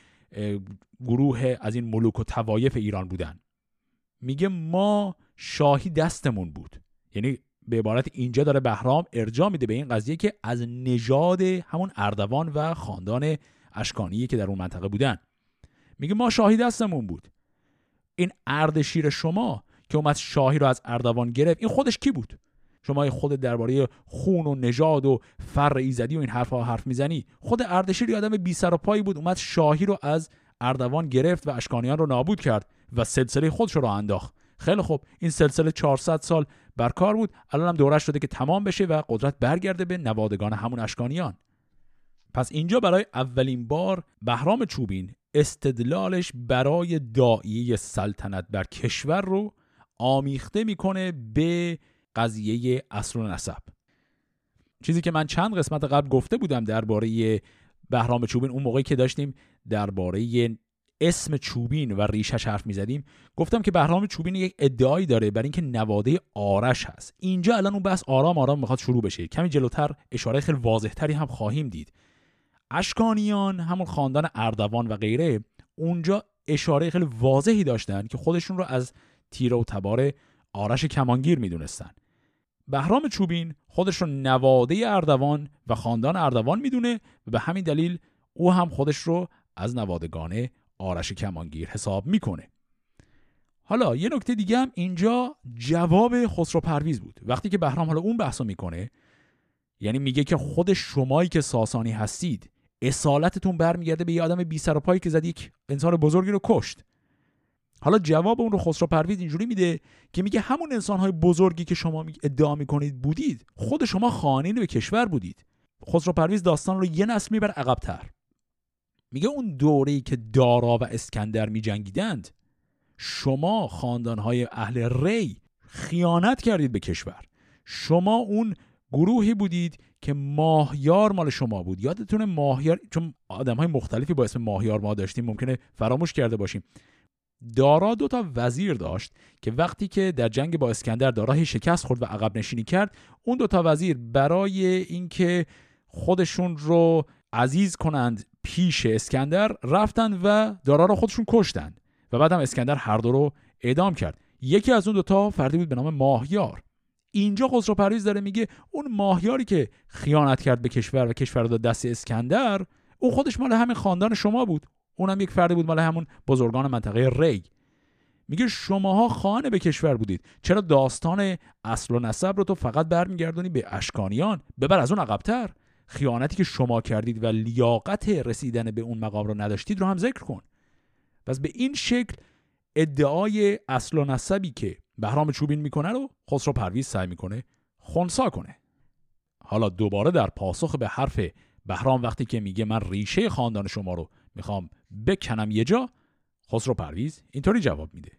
گروه از این ملوک و طوایف ایران بودن. میگه ما شاهی دستمون بود، یعنی به عبارت اینجا داره بهرام ارجاع میده به این قضیه که از نژاد همون اردوان و خاندان اشکانی که در اون منطقه بودن. میگه ما شاهی دستمون بود. این اردشیر شما که اومد شاهی رو از اردوان گرفت، این خودش کی بود؟ شما خود درباره خون و نژاد و فر ایزدی و این حرفا حرف میزنی. خود اردشیر آدم بی سر و پایی بود، اومد شاهی رو از اردوان گرفت و اشکانیان رو نابود کرد و سلسله خودش رو انداخت. خیلی خوب، این سلسله چهارصد سال برکار بود، الان هم دورش شده که تمام بشه و قدرت برگرده به نوادگان همون اشکانیان. پس اینجا برای اولین بار بهرام چوبین استدلالش برای داعیه سلطنت بر کشور رو آمیخته میکنه به قضیه اصل و نسب. چیزی که من چند قسمت قبل گفته بودم درباره بهرام چوبین، اون موقعی که داشتیم درباره اسم چوبین و ریشش حرف میزدیم، گفتم که بهرام چوبین یک ادعایی داره بر اینکه نواده آرش هست. اینجا الان اون بحث آرام آرام میخواد شروع بشه. کمی جلوتر اشاره خیلی واضح‌تری هم خواهیم دید. اشکانیان، همون خاندان اردوان و غیره، اونجا اشاره خیلی واضحی داشتن که خودشون رو از تیره و تبار آرش کمانگیر میدونستن. بهرام چوبین خودش رو نواده اردوان و خاندان اردوان میدونه و به همین دلیل او هم خودش رو از نوادگان آرش کمانگیر حساب میکنه. حالا یه نکته دیگه هم اینجا جواب خسرو پرویز بود. وقتی که بهرام حالا اون بحثو میکنه، یعنی میگه که خود شمایی که ساسانی هستید اصالتتون برمیگرده به یه آدم بی سر و پایی که زد یک انسان بزرگی رو کشت. حالا جواب اون رو خسرو پرویز اینجوری میده که میگه همون انسان‌های بزرگی که شما ادعا میکنید بودید، خود شما خائنین به کشور بودید. خسرو پرویز داستان رو یه نسل میبره عقب‌تر. میگه اون دوره‌ای که دارا و اسکندر میجنگیدند، شما خاندان‌های اهل ری خیانت کردید به کشور. شما اون گروهی بودید که ماهیار مال شما بود. یادتونه ماهیار، چون آدم‌های مختلفی با اسم ماهیار ما داشتیم، ممکنه فراموش کرده باشیم. دارا دو تا وزیر داشت که وقتی که در جنگ با اسکندر دارا شکست خورد و عقب نشینی کرد، اون دو تا وزیر برای اینکه خودشون رو عزیز کنند پیش اسکندر رفتن و دارا رو خودشون کشتن و بعد هم اسکندر هر دو رو اعدام کرد. یکی از اون دو تا فردی بود به نام ماهیار. اینجا خسرو پرویز داره میگه اون ماهیاری که خیانت کرد به کشور و کشور رو داد دست اسکندر، اون خودش مال همین خاندان شما بود. اونم یک فردی بود مال همون بزرگان منطقه ری. میگه شماها خائن به کشور بودید. چرا داستان اصل و نسب رو تو فقط برمیگردونی به اشکانیان؟ ببر از اون عقب‌تر. خیانتی که شما کردید و لیاقت رسیدن به اون مقام رو نداشتید رو هم ذکر کن. پس به این شکل ادعای اصل و نسبی که بهرام چوبین میکنه رو خسرو پرویز سعی میکنه خنثی کنه. حالا دوباره در پاسخ به حرف بهرام وقتی که میگه من ریشه خاندان شما رو میخوام بکنم یه جا، خسرو پرویز اینطوری جواب میده.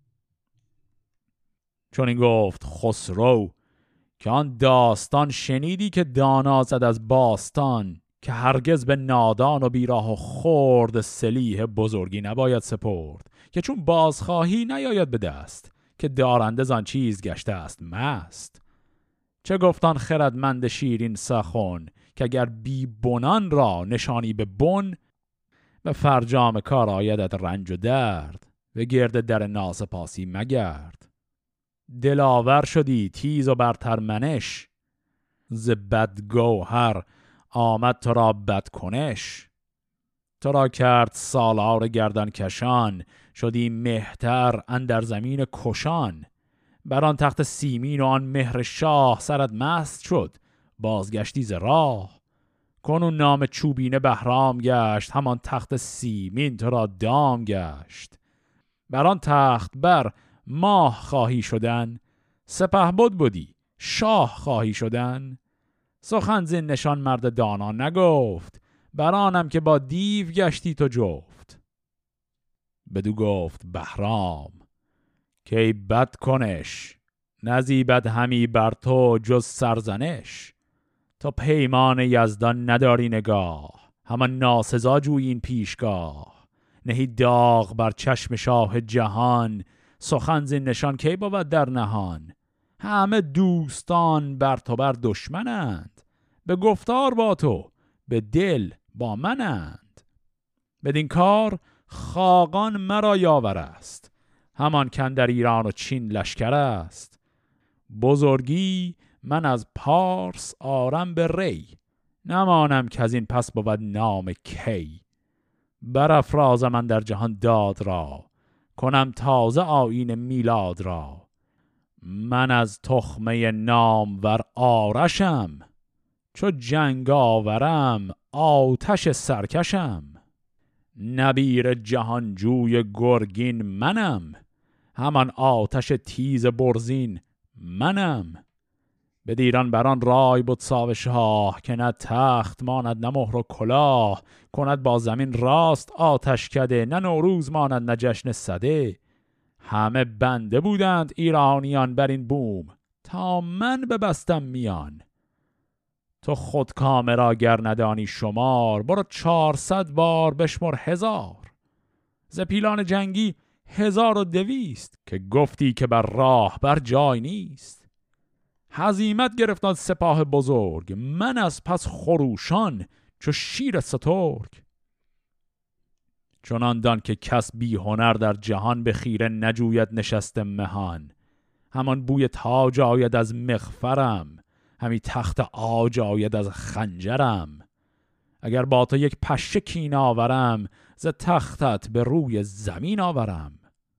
چون این گفت خسرو که آن داستان شنیدی که دانا زد از باستان، که هرگز به نادان و بیراه و خرد سلیح بزرگی نباید سپرد، که چون بازخواهی نیاید به دست، که دارنده زان چیز گشته است مست. چه گفتان خردمند شیرین سخن، که اگر بی بنان را نشانی به بن، به فرجام کار آیدت رنج و درد، و گرد در ناسپاسی مگرد. دلاور شدی تیز و برتر منش، ز بدگوهر آمد تو را بد کنش. تو را کرد سالار گردن کشان، شدی مهتر اندر زمین کشان. بر آن تخت سیمین و آن مهر شاه، سرت مست شد بازگشتی ز راه. کنون نام چوبینه بهرام گشت، همان تخت سیمین تو را دام گشت. بر آن تخت بر ماه خواهی شدن، سپهبد بودی شاه خواهی شدن. سخن زین نشان مرد دانا نگفت، برانم که با دیو گشتی تو جفت. بدو گفت بهرام که ای بد کنش، نزیبد همی بر تو جز سرزنش. تو پیمان یزدان نداری نگاه، همان ناسزا جوی این پیشگاه. نهی داغ بر چشم شاه جهان، سخن زین نشان کی بود در نهان. همه دوستان بر تو بر دشمنند، به گفتار با تو به دل با منند. بدین کار خاقان مرا یاور است، همان کندر ایران و چین لشکر است. بزرگی من از پارس آرم به ری، نمانم که از این پس بود نام کی. برافرازم من در جهان داد را، کنم تازه آیین میلاد را. من از تخمه نامور آرشم، چو جنگ آورم آتش سرکشم. نبیر جهانجوی گرگین منم، همان آتش تیز برزین منم. بدیران بران رای بود ساو شاه، که نه تخت ماند نه مهر و کلاه. کند با زمین راست آتش کده، نه نوروز ماند نه جشن سده. همه بنده بودند ایرانیان بر این بوم، تا من ببستم میان. تو خود کامه را گر ندانی شمار، برو چهارصد بار بشمر هزار. ز پیلان جنگی هزار و دویست، که گفتی که بر راه بر جای نیست. هزیمت گرفتند سپاه بزرگ، من از پس خروشان چو شیر سترگ. چنان دان که کس بی هنر در جهان، به خیره نجوید نشست مهان. همان بوی تاج آید از مغفرم، همی تخت عاج آید از خنجرم. اگر با تو یک پشه کین آورم، ز تختت به روی زمین آورم.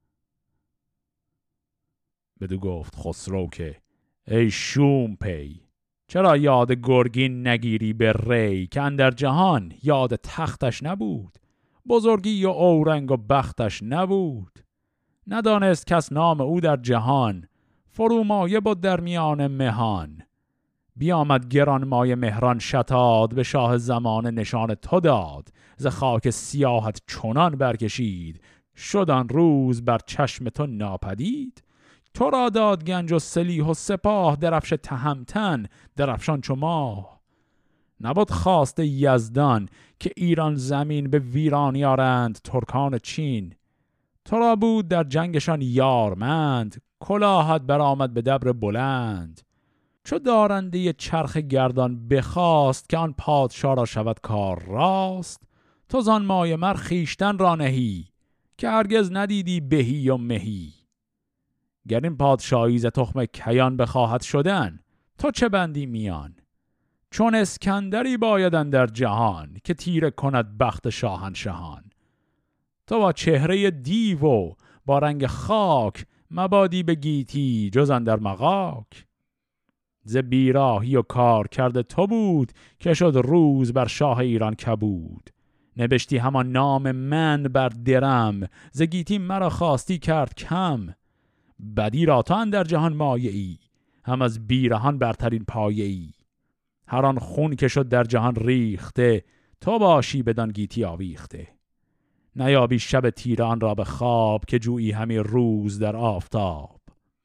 بدو گفت خسرو که ای شوم پی، چرا یاد گرگین نگیری به ری. که اندر جهان یاد تختش نبود، بزرگی و اورنگ و بختش نبود. ندانست کس نام او در جهان، فرومایه بود در میان مهان. بیامد گران مایه مهران شتاد، به شاه زمان نشان تو داد. ز خاک سیاحت چنان برکشید، شد آن روز بر چشم تو ناپدید. تو را داد گنج و سلیح و سپاه، درفش تهمتن درفشان چو ماه. نبود خواست یزدان که ایران زمین، به ویرانی آرند ترکان چین. تو را بود در جنگشان یارمند، کلاهت برآمد به دبر بلند. چو دارنده چرخ گردان بخواست، که آن پادشاه را شود کار راست. تو زان مایه مر خویشتن را نهی، که هرگز ندیدی بهی و مهی. گر این پادشاهی ز تخم کیان بخواهد شدن، تو چه بندی میان. چون اسکندری بایدن در جهان، که تیره کند بخت شاهنشهان. تو با چهره دیو و با رنگ خاک، مبادی به گیتی جز اندر مغاک. ز بیراهی و کار کرده تو بود، که شد روز بر شاه ایران کبود. نبشتی همان نام من بر درم، ز گیتی مرا خواستی کرد کم. بدی را تو اندر جهان مایه ای، هم از بیرهان برترین پایه ای. هر آن خون که شد در جهان ریخته، تو باشی بدان گیتی آویخته. نیابی شب تیران را به خواب، که جویی همی روز در آفتاب.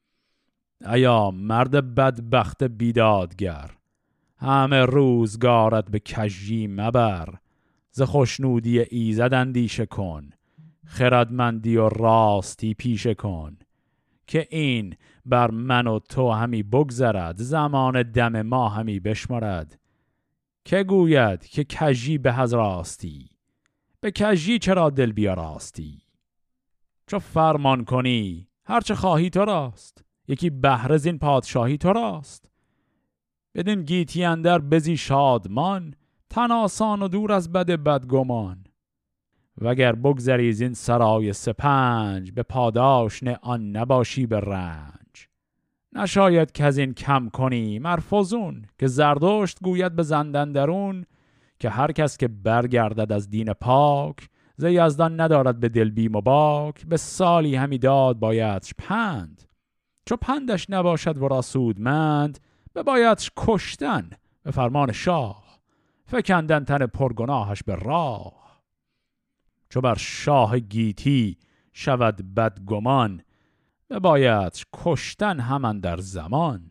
ایا مرد بدبخت بیدادگر، همه روزگارت به کژی مبر. ز خوشنودی ایزد اندیشه کن، خردمندی و راستی پیشه کن. که این بر من و تو همی بگذرد، زمان دم ما همی بشمرد. که گوید که کژی به از راستی، به کژی چرا دل بیاراستی. چو فرمان کنی هرچه خواهی تو راست، یکی بهره زین پادشاهی تو راست. بدین گیتی اندر بزی شادمان، تن آسان و دور از بد بدگمان. وگر بگذری زین سرای سپنج، به پاداش نه آن نباشی به رنج. نشاید که از این کم کنی مرفوزون، که زردشت گوید به زندن درون. که هر کس که برگردد از دین پاک، ز یزدان ندارد به دل بیم و باک. به سالی همی داد بایدش پند، چو پندش نباشد ورا سودمند. ببایدش کشتن به فرمان شاه، فکندن تن پرگناهش به راه. چو بر شاه گیتی شود بدگمان، ببایدش کشتن همان در زمان.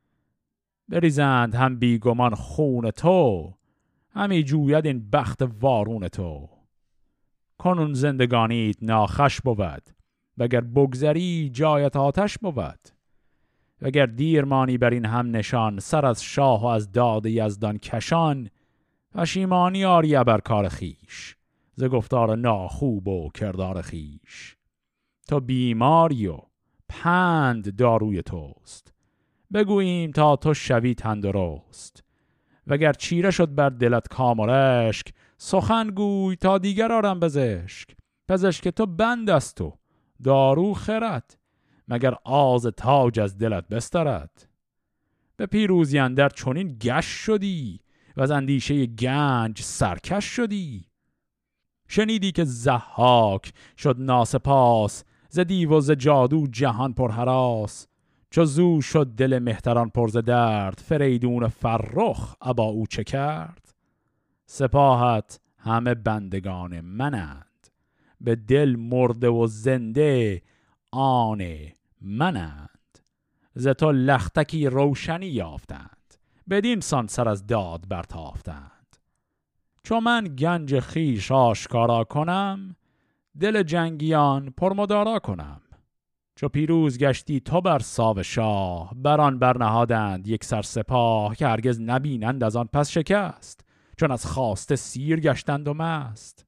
بریزند هم بیگمان خون تو، همی جوید این بخت وارون تو. کنون زندگانیت ناخوش بود، وگر بگذری جایت آتش بود. وگر دیر مانی بر این هم نشان، سر از شاه و از داد یزدان کشان. پشیمانی آری بر کار خیش، ز گفتار ناخوب و کردار خیش. تو بیماری و پند داروی توست، بگوییم تا تو شوی تندرست. وگر چیره شد بر دلت کام و رشک، سخن گوی تا دیگر آرم پزشک. پزشک تو بند است و دارو خرد، مگر آز تاج از دلت بسترد. به پیروزی اندر چنین گشت شدی، و از اندیشه گنج سرکش شدی. شنیدی که ضحاک شد ناسپاس، ز دیو و ز جادو جهان پر هراس. چو زو شد دل مهتران پر ز درد، فریدون فرخ ابا او چه کرد. سپاهت همه بندگان منند، به دل مرده و زنده آن منند. ز تو لختکی روشنی یافتند، بدین سان سر از داد برتافتند. چو من گنج خویش آشکارا کنم، دل جنگیان پرمدارا کنم. چو پیروز گشتی تو بر ساو شاه، بران برنهادند یک سر سپاه. که هرگز نبینند از آن پس شکست، چون از خواسته سیر گشتند و مست.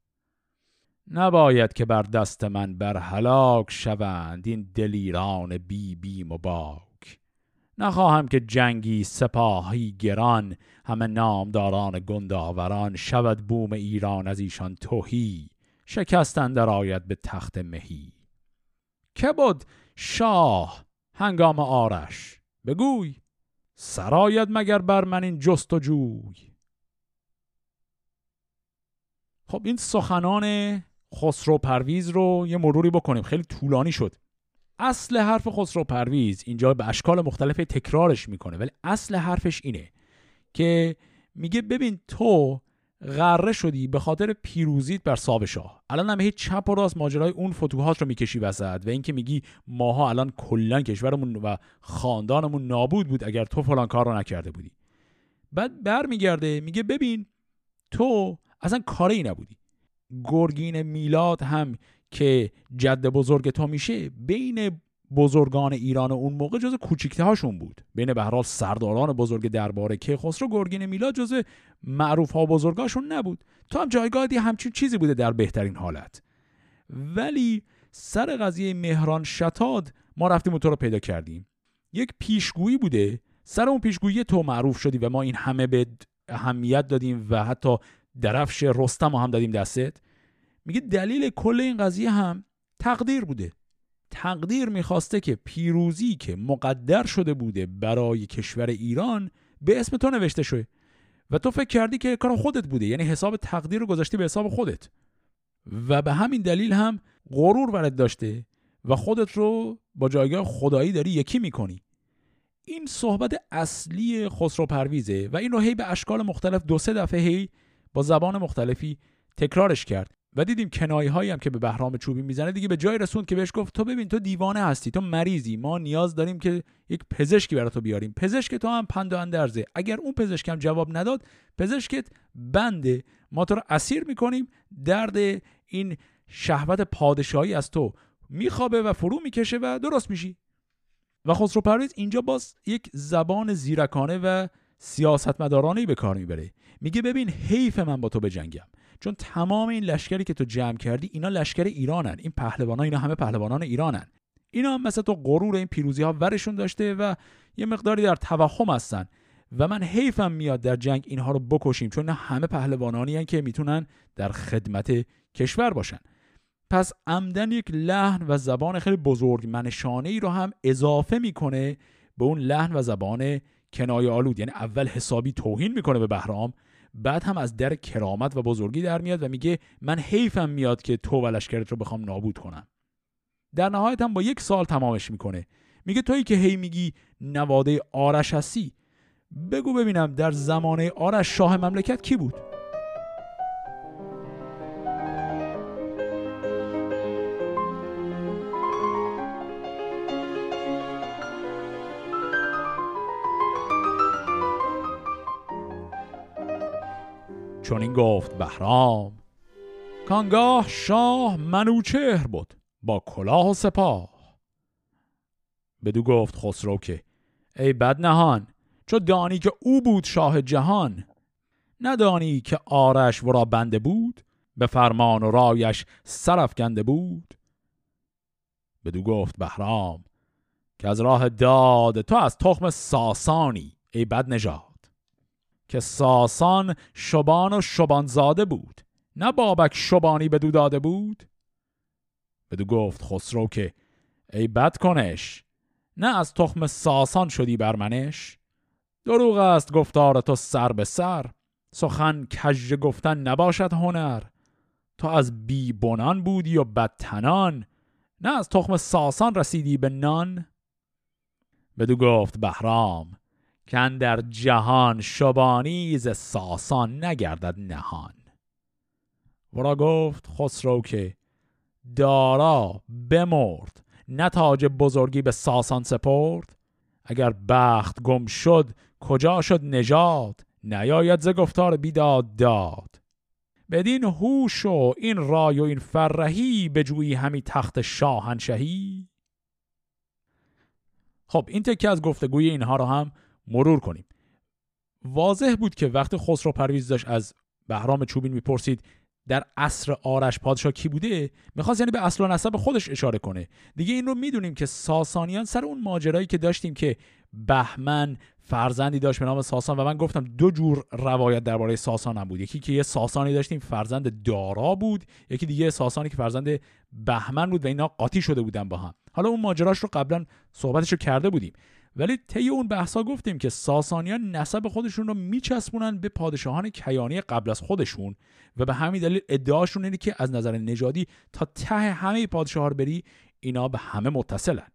نباید که بر دست من بر هلاک شوند، این دلیران بی بیم و باک. نخواهم که جنگی سپاهی گران، همه نامداران گنداوران. شود بوم ایران از ایشان تهی، شکستن در آید به تخت مهی. که بود شاه هنگام آرش بگوی، سراید مگر بر من این جست و جوی. خب این سخنان خسرو پرویز رو یه مروری بکنیم، خیلی طولانی شد. اصل حرف خسرو پرویز اینجا به اشکال مختلف تکرارش میکنه، ولی اصل حرفش اینه که میگه ببین تو غره شدی به خاطر پیروزیت بر ساو شاه. الان هم هیچ چپ و راست ماجرای اون فتوحات رو میکشی وسط و اینکه میگی ماها الان کلا کشورمون و خاندانمون نابود بود اگر تو فلان کار رو نکرده بودی. بعد برمیگرده میگه ببین تو اصلا کاری نبودی. گرگین میلاد هم که جد بزرگ تو میشه، بین بزرگان ایران اون موقع جز کوچیکته هاشون بود، بین به هر حال سرداران بزرگ درباره کیخسرو گرگین میلاد جز معروف ها بزرگاشون نبود. تو هم جایگاهی همچین چیزی بوده در بهترین حالت. ولی سر قضیه مهران شتاد ما رفتیم و تو رو پیدا کردیم. یک پیشگویی بوده، سر اون پیشگویی تو معروف شدی و ما این همه به اهمیت دادیم و حتی درفش رستم هم دادیم دستت. میگه دلیل کل این قضیه هم تقدیر بوده. تقدیر میخواسته که پیروزی که مقدر شده بوده برای کشور ایران به اسم تو نوشته شده و تو فکر کردی که کار خودت بوده، یعنی حساب تقدیر رو گذاشتی به حساب خودت و به همین دلیل هم غرور برات داشته و خودت رو با جایگاه خدایی داری یکی میکنی. این صحبت اصلی خسرو پرویزه و این رو هی به اشکال مختلف دو سه دفعه هی با زبان مختلفی تکرارش کرد و دیدیم کنایه هایی هم که به بهرام چوبی میزنه دیگه به جای رسوند که بهش گفت تو ببین تو دیوانه هستی، تو مریضی، ما نیاز داریم که یک پزشکی برات تو بیاریم. پزشک تو هم پند و اندرزه، اگر اون پزشکم جواب نداد پزشکت بنده، ما تو رو اسیر میکنیم، درد این شهوت پادشاهی از تو میخوابه و فرو میکشه و درست میشی. و خسرو پرویز اینجا باز یک زبان زیرکانه و سیاستمدارانه‌ای به کار میبره. میگه ببین حیف من با تو بجنگم، چون تمام این لشکری که تو جمع کردی اینا لشکر ایرانن، این پهلوانا اینا همه پهلوانان ایرانن. اینا هم مثل تو غرور این پیروزی ها ورشون داشته و یه مقداری در توهم هستن و من حیفم میاد در جنگ اینها رو بکشیم، چون همه پهلوانانی هستن که میتونن در خدمت کشور باشن. پس عمدن یک لحن و زبان خیلی بزرگ منشانه ای رو هم اضافه میکنه به اون لحن و زبان کنایه آلود. یعنی اول حسابی توهین میکنه به بهرام، بعد هم از در کرامت و بزرگی در میاد و میگه من حیفم میاد که تو و لشکرت رو بخوام نابود کنم. در نهایت هم با یک سال تمامش میکنه. میگه تویی که هی میگی نواده آرش هستی، بگو ببینم در زمانه آرش شاه مملکت کی بود؟ چون این گفت بهرام کانگاه شاه منوچهر بود با کلاه و سپاه. بدو گفت خسرو که ای بدنهان، چو دانی که او بود شاه جهان، ندانی که آرش ورا بنده بود، به فرمان و رایش سرافکنده بود. بدو گفت بهرام که از راه داد تو از تخم ساسانی ای بد نژاد، که ساسان شبان و شبان زاده بود، نه بابک شبانی بدو داده بود. بدو گفت خسرو که ای بد کنش، نه از تخم ساسان شدی بر منش. دروغ است گفتار تو سر به سر، سخن کژ گفتن نباشد هنر. تو از بی بنان بودی و بدتنان، نه از تخم ساسان رسیدی به نان. بدو گفت بهرام که اندر جهان شبانی ز ساسان نگردد نهان. ورا گفت خسرو که دارا بمرد، نه تاج بزرگی به ساسان سپرد. اگر بخت گم شد کجا شد نژاد، نیاید ز گفتار بیداد داد. بدین هوش و این رای و این فرهی، بجویی همی تخت شاهنشهی. خب این تکه از گفتگوی اینها رو هم مرور کنیم. واضح بود که وقتی خسرو پرویز داشت از بهرام چوبین میپرسید در عصر آرش پادشاه کی بوده، میخواست یعنی به اصل و نسب خودش اشاره کنه. دیگه این رو میدونیم که ساسانیان سر اون ماجرایی که داشتیم که بهمن فرزندی داشت به نام ساسان، و من گفتم دو جور روایت درباره ساسان هم بود. یکی که یه ساسانی داشتیم فرزند دارا بود، یکی دیگه ساسانی که فرزند بهمن بود و اینا قاطی شده بودن با هم. حالا اون ماجراش رو قبلا صحبتش رو کرده بودیم، ولی طی اون بحثا گفتیم که ساسانیان نسب خودشون رو میچسبونن به پادشاهان کیانی قبل از خودشون و به همین دلیل ادعاشون اینه که از نظر نژادی تا ته همه پادشاه‌ها رو بری اینا به همه متصلن.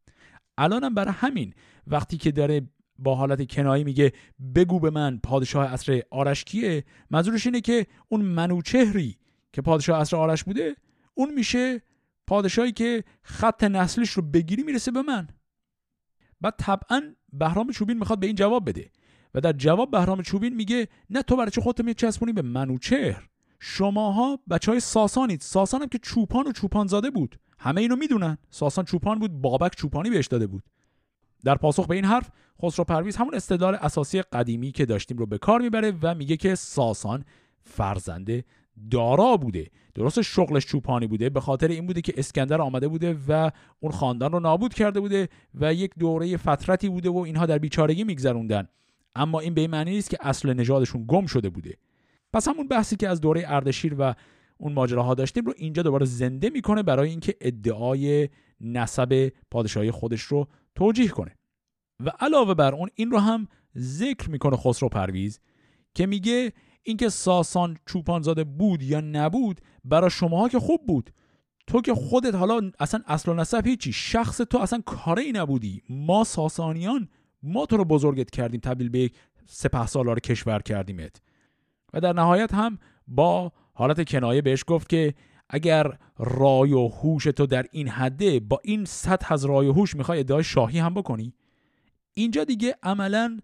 الانم برای همین وقتی که داره با حالت کنایی میگه بگو به من پادشاه عصر آرش کیه، منظورش اینه که اون منوچهری که پادشاه عصر آرش بوده اون میشه پادشاهی که خط نسلش رو بگیری میرسه به من. بعد طبعا بهرام چوبین میخواد به این جواب بده و در جواب بهرام چوبین میگه نه تو برای چه خودت میچسبونی به منوچهر؟ شماها بچهای ساسانید. ساسان هم که چوپان و چوپان زاده بود، همه اینو میدونن. ساسان چوپان بود، بابک چوپانی بهش داده بود. در پاسخ به این حرف خسرو پرویز همون استدلال اساسی قدیمی که داشتیم رو به کار میبره و میگه که ساسان فرزند دارا بوده. درست شغلش چوپانی بوده، به خاطر این بوده که اسکندر آمده بوده و اون خاندان رو نابود کرده بوده و یک دوره فترتی بوده و اینها در بیچارگی میگذروندن، اما این به این معنی نیست که اصل نژادشون گم شده بوده. پس همون بحثی که از دوره اردشیر و اون ماجراها داشتیم رو اینجا دوباره زنده میکنه برای اینکه ادعای نسب پادشاهی خودش رو توجیه کنه. و علاوه بر اون این رو هم ذکر میکنه خسرو پرویز که میگه اینکه ساسان چوپانزاده بود یا نبود برای شماها که خوب بود. تو که خودت حالا اصلا اصل و نسب هیچی، شخص تو اصلا کاری نبودی. ما ساسانیان ما تو رو بزرگت کردیم، تبدیل به یک سپهسالار کشور کردیمت. و در نهایت هم با حالت کنایه بهش گفت که اگر رای و هوش تو در این حده، با این سطح از رای و هوش میخوای ادعای شاهی هم بکنی؟ اینجا دیگه عملاً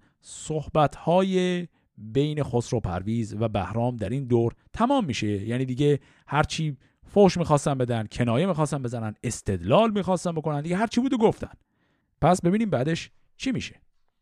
صحبت‌های بین خسرو پرویز و بهرام در این دور تمام میشه. یعنی دیگه هرچی فوش میخواستن بدن، کنایه میخواستن بزنن، استدلال میخواستن بکنن، دیگه هرچی بود و گفتن. پس ببینیم بعدش چی میشه.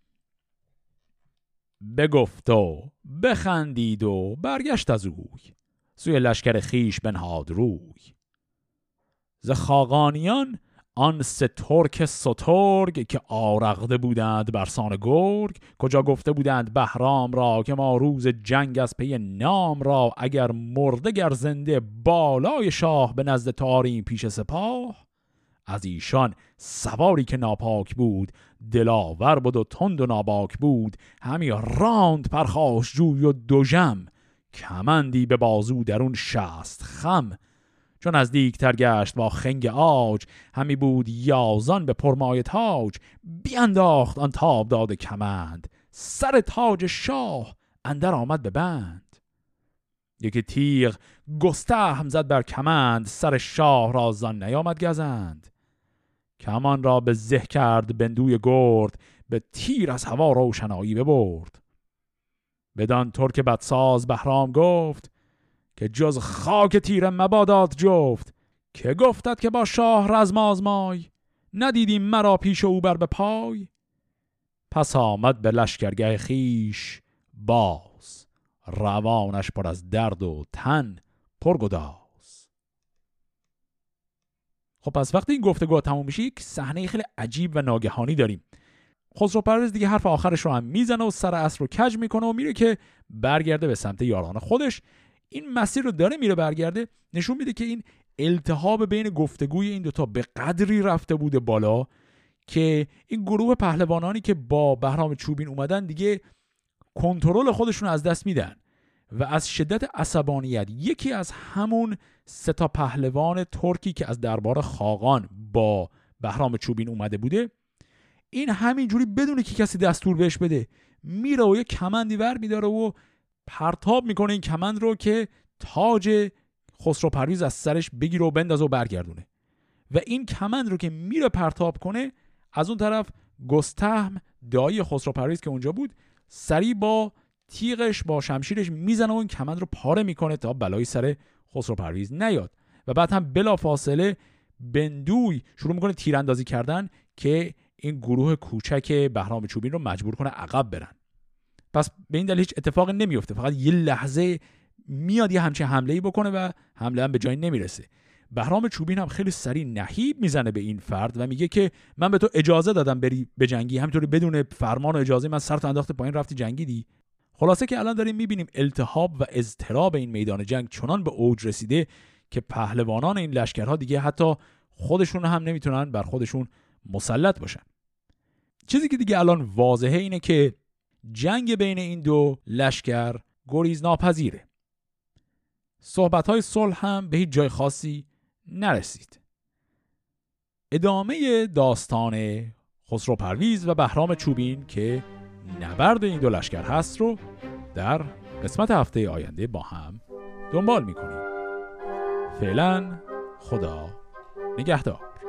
بگفت و بخندید و برگشت از اوی، سوی لشکر خیش بنهاد روی. ز خاقانیان آن سه ترک سترگ که آرغده بودند برسان گرگ، کجا گفته بودند بهرام را که ما روز جنگ از پی نام را، اگر مرده گر زنده بالای شاه به نزد تاریم پیش سپاه. از ایشان سواری که ناپاک بود دلاور بود و تند و ناباک بود، همی راند پرخاش جوی و دوژم کمندی به بازو درون شست خم. چون از دیگتر گشت با خنگ آج همی بود یازان به پرمای تاج. بیانداخت آن تاب داد کمند سر تاج شاه اندر آمد به بند. یکی تیغ گستهم زد بر کمند سر شاه را زان نیامد گزند. کمان را به زه کرد بندوی گرد به تیر از هوا روشنایی ببرد. بدان ترک بدساز بهرام گفت که جز خاک تیر مبادات جفت. که گفتد که با شاه رزم آزمای ندیدیم مرا پیش او بر به پای. پس آمد به لشکرگه خیش باز روانش پر از درد و تن پرگداز. خب پس وقتی این گفتگو تموم میشه یک صحنه خیلی عجیب و ناگهانی داریم. خسرو پرویز دیگه حرف آخرش رو هم میزنه و سر اسب رو کج میکنه و میره که برگرده به سمت یاران خودش. این مسیر رو داره میره برگرده، نشون میده که این التهاب بین گفتگوی این دوتا به قدری رفته بوده بالا که این گروه پهلوانانی که با بهرام چوبین اومدن دیگه کنترل خودشون از دست میدن و از شدت عصبانیت یکی از همون سه تا پهلوان ترکی که از دربار خاقان با بهرام چوبین اومده بوده، این همینجوری بدون که کسی دستور بهش بده میره و یه کمندی ور میداره و پرتاب میکنه این کمند رو که تاج خسرو پرویز از سرش بگیره و بندازه و برگردونه. و این کمند رو که میره پرتاب کنه، از اون طرف گستهم دایی خسرو پرویز که اونجا بود سری با تیغش با شمشیرش میزنه و این کمند رو پاره میکنه تا بلای سر خسرو پرویز نیاد. و بعد هم بلا فاصله بندوی شروع میکنه تیراندازی کردن که این گروه کوچک بهرام چوبین رو مجبور کنه عقب برن. پس به این دلیل هیچ اتفاقی نمیفته، فقط یه لحظه میاد یه همچین حمله‌ای بکنه و حمله هم به جایی نمیرسه. بهرام چوبین هم خیلی سریع نهیب میزنه به این فرد و میگه که من به تو اجازه دادم بری به جنگی، همینطوری بدون فرمان و اجازه من سرت انداخت پایین رفتی جنگیدی. خلاصه که الان داریم میبینیم التهاب و اضطراب این میدان جنگ چنان به اوج رسیده که پهلوانان این لشکرها دیگه حتی خودشون هم نمیتونن بر خودشون مسلط باشن. چیزی که دیگه الان واضحه اینه که جنگ بین این دو لشکر گریز ناپذیره. صحبت‌های صلح هم به هیچ جای خاصی نرسید. ادامه داستان خسرو پرویز و بهرام چوبین که نبرد این دو لشکر هست رو در قسمت هفته آینده با هم دنبال می‌کنیم. فعلا خدا نگهدار.